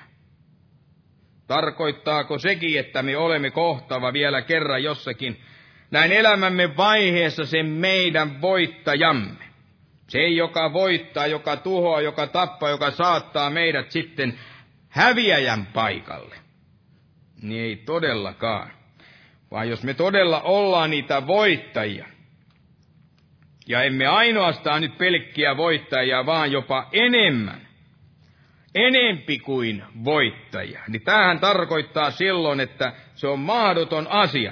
Tarkoittaako sekin, että me olemme kohtaava vielä kerran jossakin näin elämämme vaiheessa sen meidän voittajamme? Se, joka voittaa, joka tuhoaa, joka tappaa, joka saattaa meidät sitten häviäjän paikalle. Niin ei todellakaan. Vaan jos me todella ollaan niitä voittajia, ja emme ainoastaan nyt pelkkiä voittajia, vaan jopa enemmän, enempi kuin voittajia, niin tämähän tarkoittaa silloin, että se on mahdoton asia.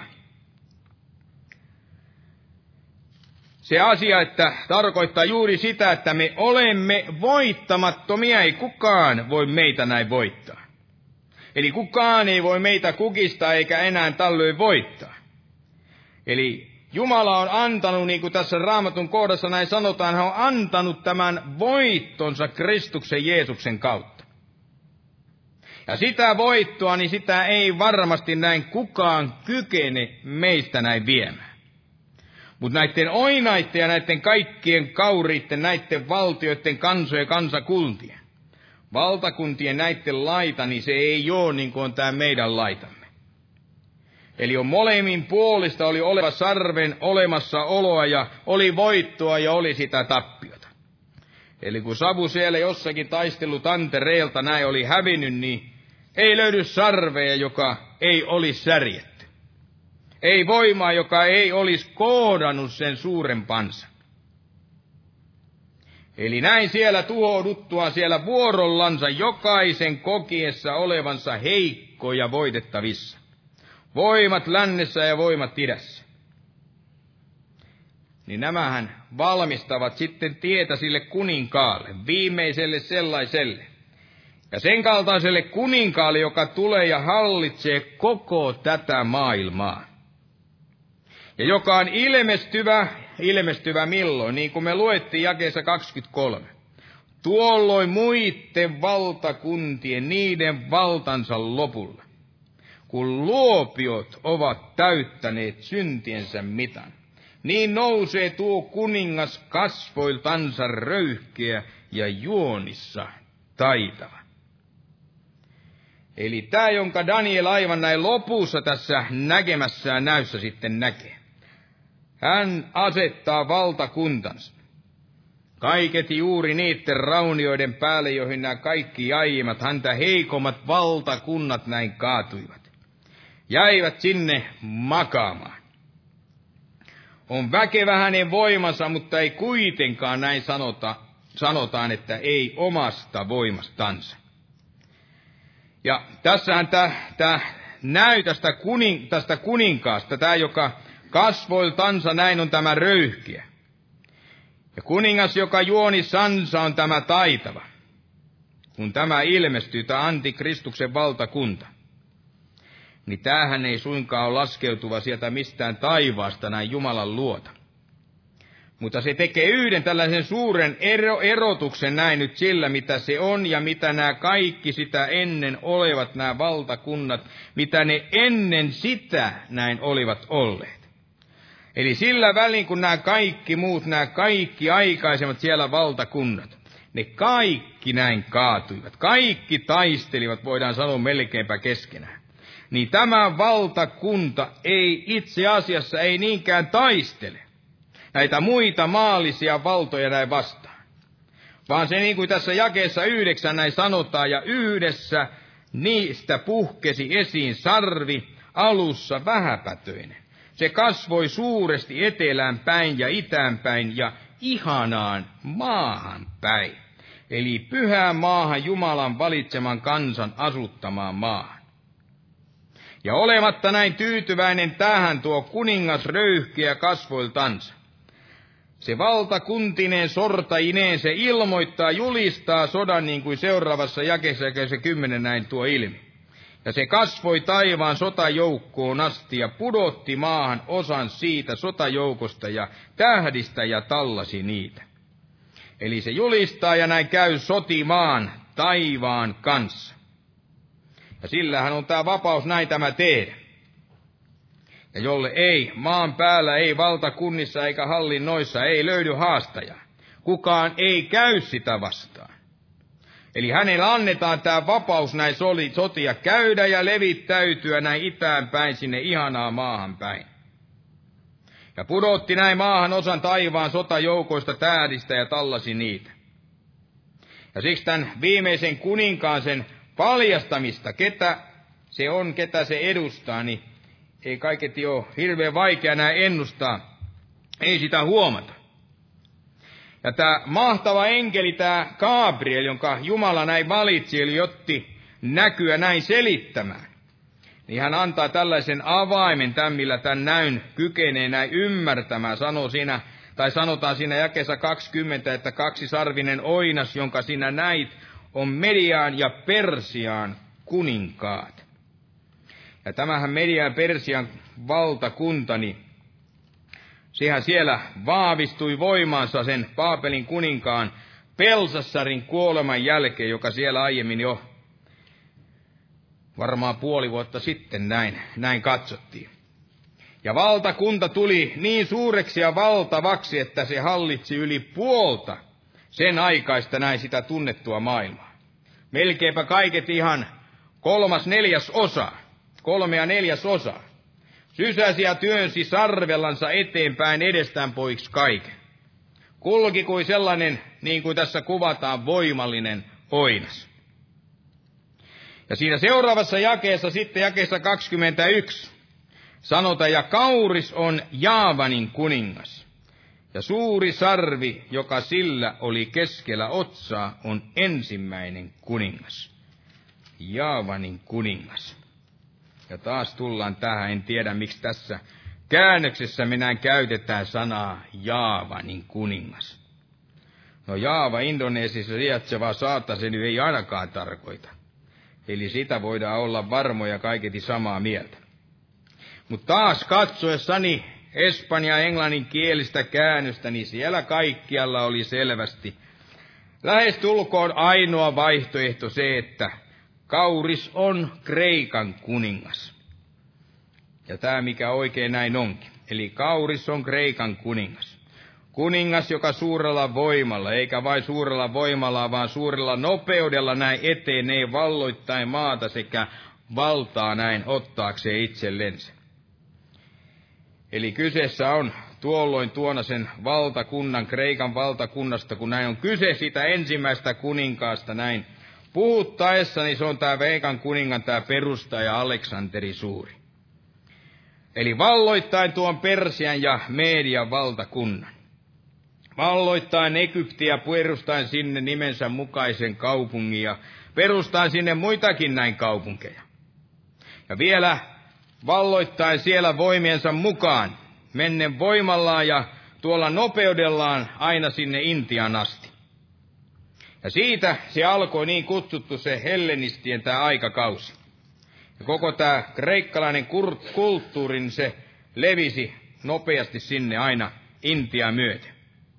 Se asia, että tarkoittaa juuri sitä, että me olemme voittamattomia, ei kukaan voi meitä näin voittaa. Eli kukaan ei voi meitä kukistaa eikä enää tällöin voittaa. Eli Jumala on antanut, niin kuin tässä Raamatun kohdassa näin sanotaan, hän on antanut tämän voittonsa Kristuksen Jeesuksen kautta. Ja sitä voittoa, niin sitä ei varmasti näin kukaan kykene meistä näin viemään. Mutta näiden oinaiden ja näiden kaikkien kauriitten, näiden valtioiden, kansojen, kansakuntien, valtakuntien näiden laita, niin se ei ole niin kuin on tämä meidän laitamme. Eli on molemmin puolista oli oleva sarven olemassaoloa ja oli voittoa ja oli sitä tappiota. Eli kun Savu siellä jossakin taistelutantereelta näin oli hävinnyt, niin ei löydy sarvea, joka ei olisi särjetty. Ei voimaa, joka ei olisi kohdannut sen suurempansa. Eli näin siellä tuhouduttua siellä vuorollansa jokaisen kokiessa olevansa heikko ja voitettavissa. Voimat lännessä ja voimat idässä. Niin nämähän valmistavat sitten tietä sille kuninkaalle, viimeiselle sellaiselle. Ja sen kaltaiselle kuninkaalle, joka tulee ja hallitsee koko tätä maailmaa. Ja joka on ilmestyvä, ilmestyvä milloin, niin kuin me luettiin jakeessa kaksikymmentäkolme. Tuolloin muiden valtakuntien, niiden valtansa lopulla, kun luopiot ovat täyttäneet syntiensä mitan, niin nousee tuo kuningas kasvoiltansa röyhkeä ja juonissa taitava. Eli tämä, jonka Daniel aivan näin lopussa tässä näkemässään näyssä sitten näkee. Hän asettaa valtakuntansa. Kaiket juuri niiden raunioiden päälle, joihin nämä kaikki aiemmat, häntä heikommat valtakunnat näin kaatuivat. Jäivät sinne makaamaan. On väkevä hänen voimansa, mutta ei kuitenkaan näin sanota, sanotaan, että ei omasta voimastansa. Ja tässähän tämä näy tästä, kuning, tästä kuninkaasta, tämä joka kasvoiltansa näin on tämä röyhkeä. Ja kuningas, joka juoni sansa, on tämä taitava. Kun tämä ilmestyy, tämä antikristuksen valtakunta, niin tämähän ei suinkaan ole laskeutuva sieltä mistään taivaasta näin Jumalan luota. Mutta se tekee yhden tällaisen suuren ero, erotuksen näin nyt sillä, mitä se on ja mitä nämä kaikki sitä ennen olevat nämä valtakunnat, mitä ne ennen sitä näin olivat olleet. Eli sillä välin, kun nämä kaikki muut, nämä kaikki aikaisemmat siellä valtakunnat, ne kaikki näin kaatuivat. Kaikki taistelivat, voidaan sanoa melkeinpä keskenään. Niin tämä valtakunta ei itse asiassa ei niinkään taistele näitä muita maallisia valtoja näin vastaan. Vaan se niin kuin tässä jakeessa yhdeksän näin sanotaan, ja yhdessä niistä puhkesi esiin sarvi alussa vähäpätöinen. Se kasvoi suuresti etelään päin ja itään päin ja ihanaan maahan päin. Eli pyhään maahan, Jumalan valitseman kansan asuttamaan maahan. Ja olematta näin tyytyväinen tähän tuo kuningas röyhkeä kasvoiltansa. Se valtakuntineen sortaineen, se ilmoittaa, julistaa sodan niin kuin seuraavassa jakeessa, jakeessa kymmenen näin tuo ilmi. Ja se kasvoi taivaan sotajoukkoon asti ja pudotti maahan osan siitä sotajoukosta ja tähdistä ja tallasi niitä. Eli se julistaa ja näin käy sotimaan taivaan kanssa. Ja sillähän on tämä vapaus näin tämä tehdä. Ja jolle ei maan päällä, ei valtakunnissa eikä hallinnoissa ei löydy haastajaa. Kukaan ei käy sitä vastaan. Eli hänellä annetaan tämä vapaus näin sotia käydä ja levittäytyä näin itään päin sinne ihanaan maahan päin. Ja pudotti näin maahan osan taivaan sotajoukoista tähdistä ja tallasi niitä. Ja siksi tämän viimeisen kuninkaan sen paljastamista, ketä se on, ketä se edustaa, niin ei kaiketi ole hirveän vaikea näin ennustaa. Ei sitä huomata. Ja tämä mahtava enkeli, tämä Gabriel, jonka Jumala näin valitsi, eli otti näkyä näin selittämään, niin hän antaa tällaisen avaimen, tämän millä tämän näyn kykenee näin ymmärtämään. Sanoo siinä, tai sanotaan siinä jakeessa kaksikymmentä, että kaksisarvinen oinas, jonka sinä näit, on Mediaan ja Persiaan kuninkaat. Ja tämähän Median ja Persian valtakunta, niin sehän siellä vahvistui voimaansa sen Baabelin kuninkaan Belsassarin kuoleman jälkeen, joka siellä aiemmin jo varmaan puoli vuotta sitten näin, näin katsottiin. Ja valtakunta tuli niin suureksi ja valtavaksi, että se hallitsi yli puolta sen aikaista näin sitä tunnettua maailmaa. Melkeinpä kaiket ihan kolmas neljäs osa, kolme ja neljäs osa. Sysäsi ja työnsi sarvellansa eteenpäin edestään poiksi kaiken. Kulki kuin sellainen, niin kuin tässä kuvataan, voimallinen oinas. Ja siinä seuraavassa jakeessa, sitten jakeessa kaksikymmentäyksi, sanotaan, ja kauris on Jaavanin kuningas. Ja suuri sarvi, joka sillä oli keskellä otsaa, on ensimmäinen kuningas. Jaavanin kuningas. Ja taas tullaan tähän, en tiedä miksi tässä käännöksessä minä käytetään sanaa Jaavanin kuningas. No Jaava Indonesiassa sijaitseva saata se nyt ei ainakaan tarkoita. Eli sitä voidaan olla varmoja kaiketi samaa mieltä. Mutta taas katsoessani espanja- ja englanninkielistä käännöstä, niin siellä kaikkialla oli selvästi lähestulkoon ainoa vaihtoehto se, että kauris on Kreikan kuningas. Ja tämä mikä oikein näin onkin. Eli kauris on Kreikan kuningas. Kuningas, joka suurella voimalla, eikä vain suurella voimalla, vaan suurella nopeudella näin etenee valloittain maata sekä valtaa näin ottaakseen itsellensä. Eli kyseessä on tuolloin tuona sen valtakunnan, Kreikan valtakunnasta, kun näin on kyse siitä ensimmäistä kuninkaasta näin puhuttaessa, niin se on tämä Kreikan kuningan tämä perustaja Aleksanteri Suuri. Eli valloittain tuon Persian ja Median valtakunnan. Valloittain Egyptiä, perustaen sinne nimensä mukaisen kaupungin ja perustaen sinne muitakin näin kaupunkeja. Ja vielä valloittain siellä voimiensa mukaan, mennen voimallaan ja tuolla nopeudellaan aina sinne Intian asti. Ja siitä se alkoi niin kutsuttu se hellenistien tämä aikakausi. Ja koko tämä kreikkalainen kulttuurin se levisi nopeasti sinne aina Intiaan myöten.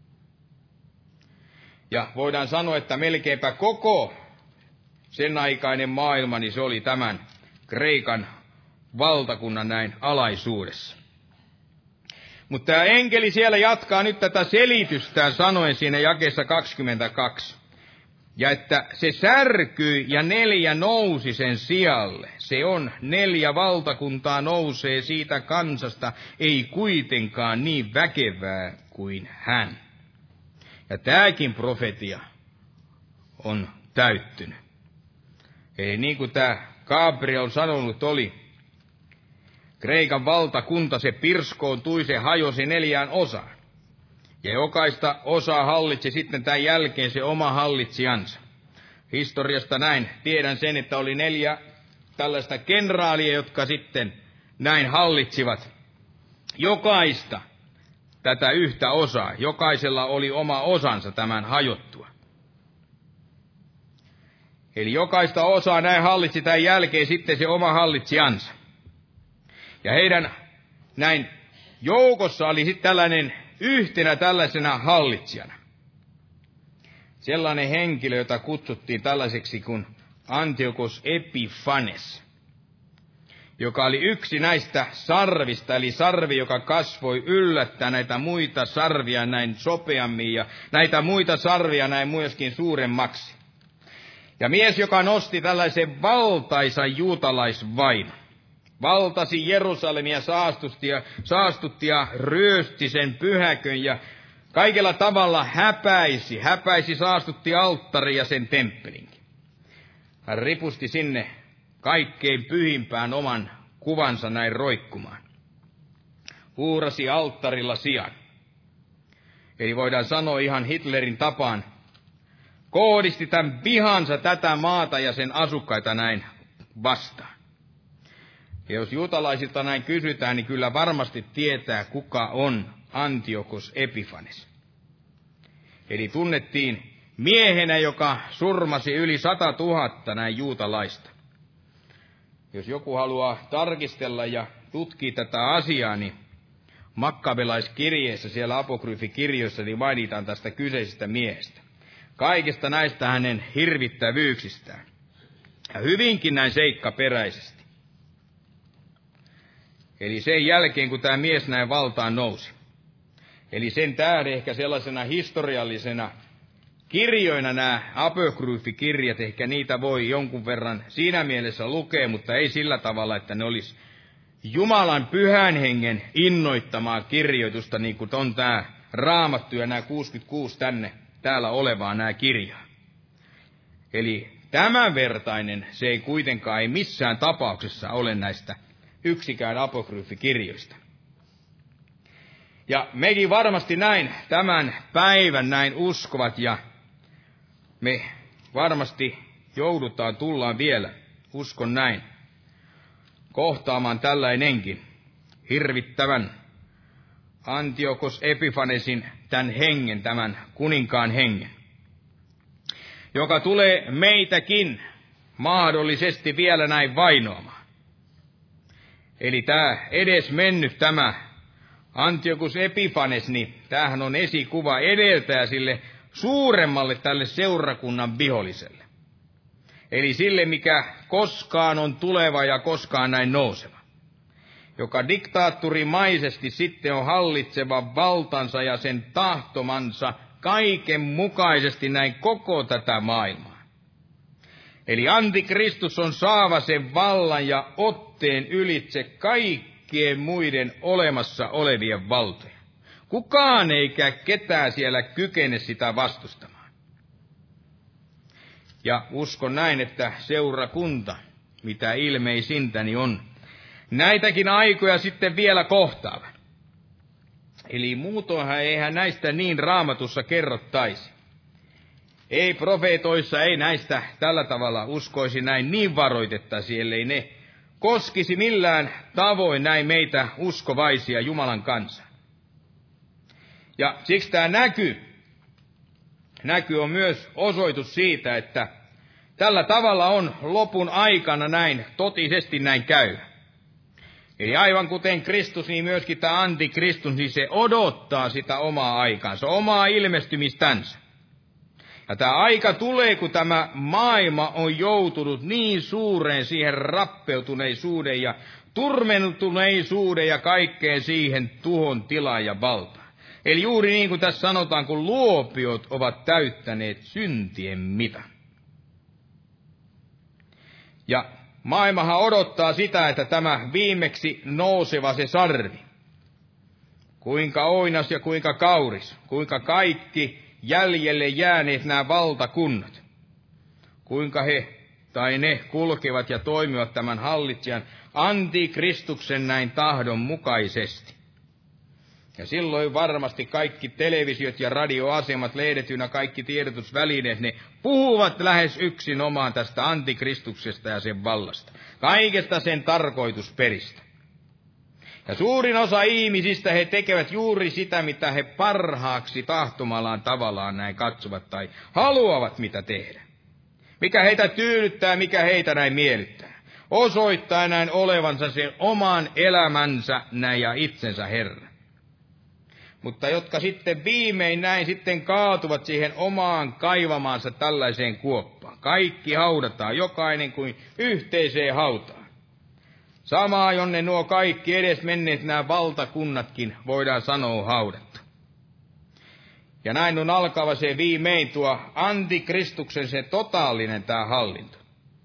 Ja voidaan sanoa, että melkeinpä koko sen aikainen maailma, niin se oli tämän Kreikan valtakunnan näin alaisuudessa. Mutta tämä enkeli siellä jatkaa nyt tätä selitystään sanoen siinä jakeessa kaksikymmentäkaksi. Ja että se särkyi ja neljä nousi sen sijalle. Se on neljä valtakuntaa nousee siitä kansasta, ei kuitenkaan niin väkevää kuin hän. Ja tämäkin profetia on täyttynyt. Eli niin kuin tämä Gabriel sanonut oli, Kreikan valtakunta, se pirskoontui, se hajosi neljään osaan. Ja jokaista osaa hallitsi sitten tämän jälkeen se oma hallitsijansa. Historiasta näin tiedän sen, että oli neljä tällaista kenraalia, jotka sitten näin hallitsivat jokaista tätä yhtä osaa. Jokaisella oli oma osansa tämän hajottua. Eli jokaista osaa näin hallitsi tämän jälkeen sitten se oma hallitsijansa. Ja heidän näin joukossa oli sitten tällainen yhtenä tällaisena hallitsijana. Sellainen henkilö, jota kutsuttiin tällaiseksi kuin Antiochos Epiphanes, joka oli yksi näistä sarvista, eli sarvi, joka kasvoi yllättää näitä muita sarvia näin sopeammin ja näitä muita sarvia näin myöskin suuremmaksi. Ja mies, joka nosti tällaisen valtaisan juutalaisvainon. Valtasi Jerusalemia, saastutti ja, saastutti ja ryösti sen pyhäkön ja kaikella tavalla häpäisi, häpäisi, saastutti alttari ja sen temppelinkin. Hän ripusti sinne kaikkein pyhimpään oman kuvansa näin roikkumaan. Huurasi alttarilla sijan. Eli voidaan sanoa ihan Hitlerin tapaan, kohdisti tämän vihansa tätä maata ja sen asukkaita näin vastaan. Ja jos juutalaisilta näin kysytään, niin kyllä varmasti tietää, kuka on Antiochos Epiphanes. Eli tunnettiin miehenä, joka surmasi yli sata tuhatta näin juutalaista. Jos joku haluaa tarkistella ja tutkia tätä asiaa, niin makkabelaiskirjeessä, siellä apokryfikirjoissa, niin mainitaan tästä kyseisestä miehestä. Kaikesta näistä hänen hirvittävyyksistään. Ja hyvinkin näin seikkaperäisesti. Eli sen jälkeen, kun tämä mies näin valtaan nousi. Eli sen tähden ehkä sellaisena historiallisena kirjoina nämä apokryfikirjat, ehkä niitä voi jonkun verran siinä mielessä lukea, mutta ei sillä tavalla, että ne olisi Jumalan pyhän hengen innoittamaa kirjoitusta, niin kuin on tämä Raamattu ja nämä kuusikymmentäkuusi tänne täällä olevaa nämä kirjaa. Eli tämän vertainen se ei kuitenkaan ei missään tapauksessa ole näistä yksikään apokryfikirjoista. Ja mekin varmasti näin tämän päivän näin uskovat ja me varmasti joudutaan tullaan vielä, uskon näin, kohtaamaan tällainenkin hirvittävän Antiochos Epifanesin tämän hengen, tämän kuninkaan hengen, joka tulee meitäkin mahdollisesti vielä näin vainoamaan. Eli tämä edes mennyt tämä Antiochus Epifanes, niin tämähän on esikuva edeltäjä sille suuremmalle tälle seurakunnan viholliselle. Eli sille, mikä koskaan on tuleva ja koskaan näin nouseva. Joka diktaattorimaisesti sitten on hallitseva valtansa ja sen tahtomansa kaiken mukaisesti näin koko tätä maailmaa. Eli Antikristus on saava sen vallan ja otteen ylitse kaikkien muiden olemassa olevien valtoja. Kukaan eikä ketään siellä kykene sitä vastustamaan. Ja uskon näin, että seurakunta, mitä ilmeisintäni on, näitäkin aikoja sitten vielä kohtaavan. Eli muutoinhan eihän näistä niin Raamatussa kerrottaisi. Ei profeetoissa, ei näistä tällä tavalla uskoisi näin niin varoitettaisi, ellei ne koskisi millään tavoin näin meitä uskovaisia Jumalan kanssa. Ja siksi tämä näky, näky on myös osoitus siitä, että tällä tavalla on lopun aikana näin totisesti näin käy. Eli aivan kuten Kristus, niin myöskin tämä antikristus, niin se odottaa sitä omaa aikaansa, omaa ilmestymistänsä. Ja tämä aika tulee, kun tämä maailma on joutunut niin suureen siihen rappeutuneisuuden ja turmentuneisuuden ja kaikkeen siihen tuhon tilaan ja valtaan. Eli juuri niin kuin tässä sanotaan, kun luopiot ovat täyttäneet syntien mitan. Ja maailmahan odottaa sitä, että tämä viimeksi nouseva se sarvi, kuinka oinas ja kuinka kauris, kuinka kaikki jäljelle jääneet nämä valtakunnat, kuinka he tai ne kulkevat ja toimivat tämän hallitsijan antikristuksen näin tahdon mukaisesti. Ja silloin varmasti kaikki televisiot ja radioasemat, lehdetynä kaikki tiedotusvälineet, ne puhuvat lähes yksinomaan tästä antikristuksesta ja sen vallasta. Kaikesta sen tarkoitusperistä. Ja suurin osa ihmisistä he tekevät juuri sitä, mitä he parhaaksi tahtomallaan tavallaan näin katsovat tai haluavat mitä tehdä. Mikä heitä tyydyttää, mikä heitä näin miellyttää. Osoittaa näin olevansa sen oman elämänsä näin ja itsensä Herran. Mutta jotka sitten viimein näin sitten kaatuvat siihen omaan kaivamaansa tällaiseen kuoppaan. Kaikki haudataan, jokainen kuin yhteiseen hautaan. Samaa, jonne nuo kaikki edes menneet nämä valtakunnatkin voidaan sanoa haudattu. Ja näin on alkava se viimein tuo antikristuksen se totaalinen tämä hallinto.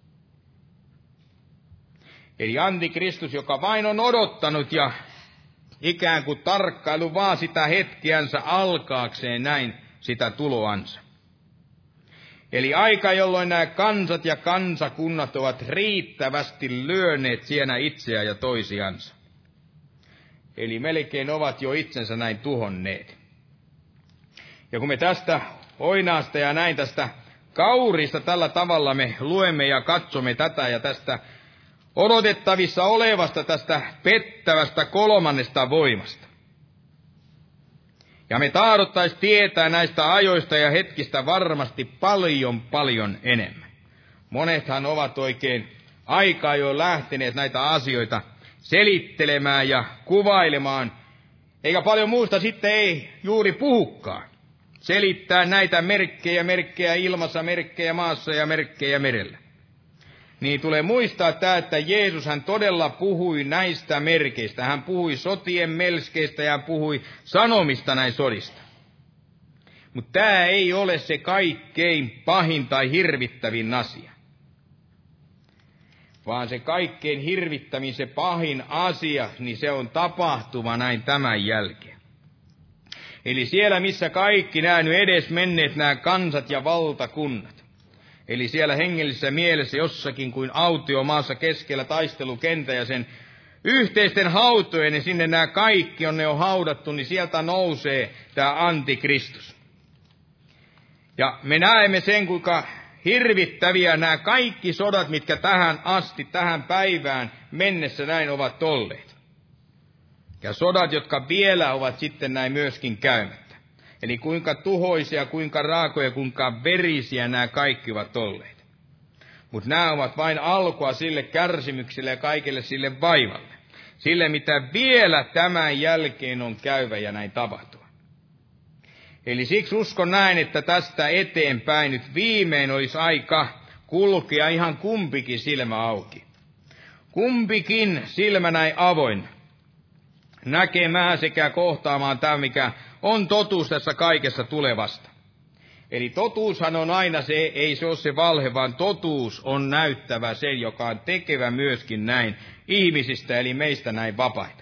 Eli antikristus, joka vain on odottanut ja ikään kuin tarkkailu vaan sitä hetkeänsä alkaakseen näin sitä tuloansa. Eli aika, jolloin nämä kansat ja kansakunnat ovat riittävästi lyöneet siinä itseään ja toisiansa. Eli melkein ovat jo itsensä näin tuhonneet. Ja kun me tästä oinaasta ja näin tästä kaurista tällä tavalla me luemme ja katsomme tätä ja tästä odotettavissa olevasta tästä pettävästä kolmannesta voimasta. Ja me tahdottaisi tietää näistä ajoista ja hetkistä varmasti paljon, paljon enemmän. Monethan ovat oikein aikaa jo lähteneet näitä asioita selittelemään ja kuvailemaan, eikä paljon muusta sitten ei juuri puhukaan. Selittää näitä merkkejä, merkkejä ilmassa, merkkejä maassa ja merkkejä merellä. Niin tulee muistaa tämä, että Jeesus hän todella puhui näistä merkeistä. Hän puhui sotien melskeistä ja hän puhui sanomista näin sodista. Mutta tämä ei ole se kaikkein pahin tai hirvittävin asia. Vaan se kaikkein hirvittävin, se pahin asia, niin se on tapahtuma näin tämän jälkeen. Eli siellä, missä kaikki nämä nyt edes menneet nämä kansat ja valtakunnat. Eli siellä hengellisessä mielessä jossakin kuin autiomaassa keskellä taistelukenttä ja sen yhteisten hautojen, ja sinne nämä kaikki on ne on haudattu, niin sieltä nousee tämä antikristus. Ja me näemme sen, kuinka hirvittäviä nämä kaikki sodat, mitkä tähän asti, tähän päivään mennessä näin ovat olleet. Ja sodat, jotka vielä ovat sitten näin myöskin käymättä. Eli kuinka tuhoisia, kuinka raakoja, kuinka verisiä nämä kaikki ovat olleet. Mutta nämä ovat vain alkua sille kärsimykselle ja kaikille sille vaivalle. Sille, mitä vielä tämän jälkeen on käyvä ja näin tapahtua. Eli siksi uskon näin, että tästä eteenpäin nyt viimein olisi aika kulkea ihan kumpikin silmä auki. Kumpikin silmä näin avoin. Näkemään sekä kohtaamaan tämä, mikä on totuus tässä kaikessa tulevasta. Eli totuushan on aina se, ei se ole se valhe, vaan totuus on näyttävä se, joka on tekevä myöskin näin ihmisistä, eli meistä näin vapaita.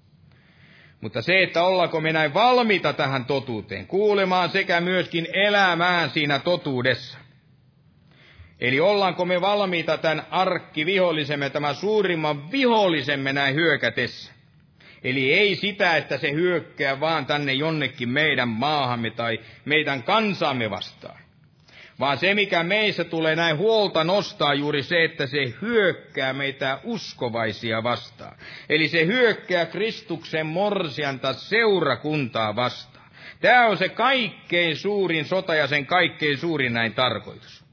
Mutta se, että ollaanko me näin valmiita tähän totuuteen, kuulemaan sekä myöskin elämään siinä totuudessa. Eli ollaanko me valmiita tämän arkkivihollisemme, tämän suurimman vihollisemme näin hyökätessä. Eli ei sitä, että se hyökkää vaan tänne jonnekin meidän maahamme tai meidän kansaamme vastaan. Vaan se, mikä meissä tulee näin huolta nostaa juuri se, että se hyökkää meitä uskovaisia vastaan. Eli se hyökkää Kristuksen morsianta seurakuntaa vastaan. Tämä on se kaikkein suurin sota ja sen kaikkein suurin näin tarkoitus.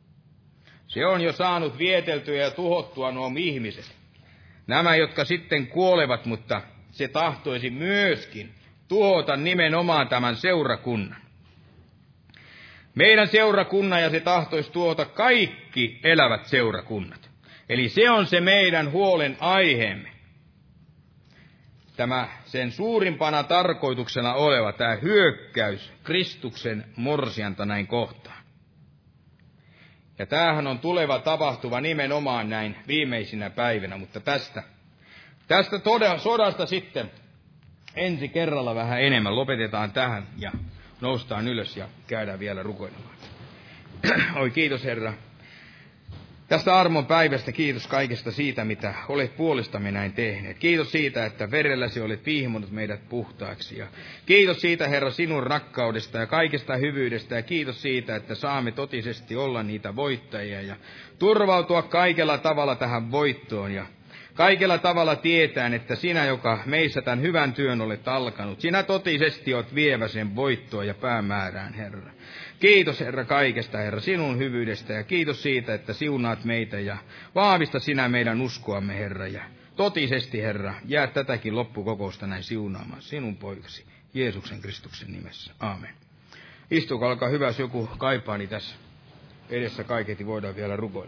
Se on jo saanut vieteltyä ja tuhottua nuo ihmiset. Nämä, jotka sitten kuolevat, mutta se tahtoisi myöskin tuhota nimenomaan tämän seurakunnan. Meidän seurakunnan ja se tahtoisi tuhota kaikki elävät seurakunnat. Eli se on se meidän huolen aiheemme. Tämä sen suurimpana tarkoituksena oleva tämä hyökkäys Kristuksen morsianta näin kohtaan. Ja tämähän on tuleva tapahtuva nimenomaan näin viimeisinä päivinä, mutta tästä, tästä todella, sodasta sitten ensi kerralla vähän enemmän. Lopetetaan tähän ja noustaan ylös ja käydään vielä rukoilemaan. Oi kiitos Herra tästä armon päivästä, kiitos kaikesta siitä, mitä olet puolestamme näin tehneet. Kiitos siitä, että verelläsi olet vihmonut meidät puhtaaksi. Ja kiitos siitä, Herra, sinun rakkaudesta ja kaikesta hyvyydestä. Ja kiitos siitä, että saamme totisesti olla niitä voittajia ja turvautua kaikella tavalla tähän voittoon. Ja kaikella tavalla tietään, että sinä, joka meissä tämän hyvän työn olet alkanut, sinä totisesti olet vievä sen voittoa ja päämäärään, Herra. Kiitos, Herra, kaikesta, Herra, sinun hyvyydestä, ja kiitos siitä, että siunaat meitä, ja vahvista sinä meidän uskoamme, Herra, ja totisesti, Herra, jää tätäkin loppukokousta näin siunaamaan sinun poikasi, Jeesuksen Kristuksen nimessä. Aamen. Istukaa, olkaa hyvä, jos joku kaipaa, niin tässä edessä kaiketi voidaan vielä rukoilla.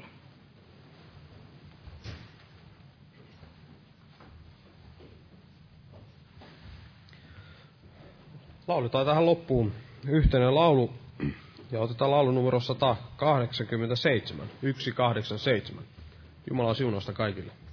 Lauletaan tähän loppuun yhteinen laulu, ja otetaan laulu numero sata kahdeksankymmentäseitsemän, sata kahdeksankymmentäseitsemän. Jumalan siunausta kaikille.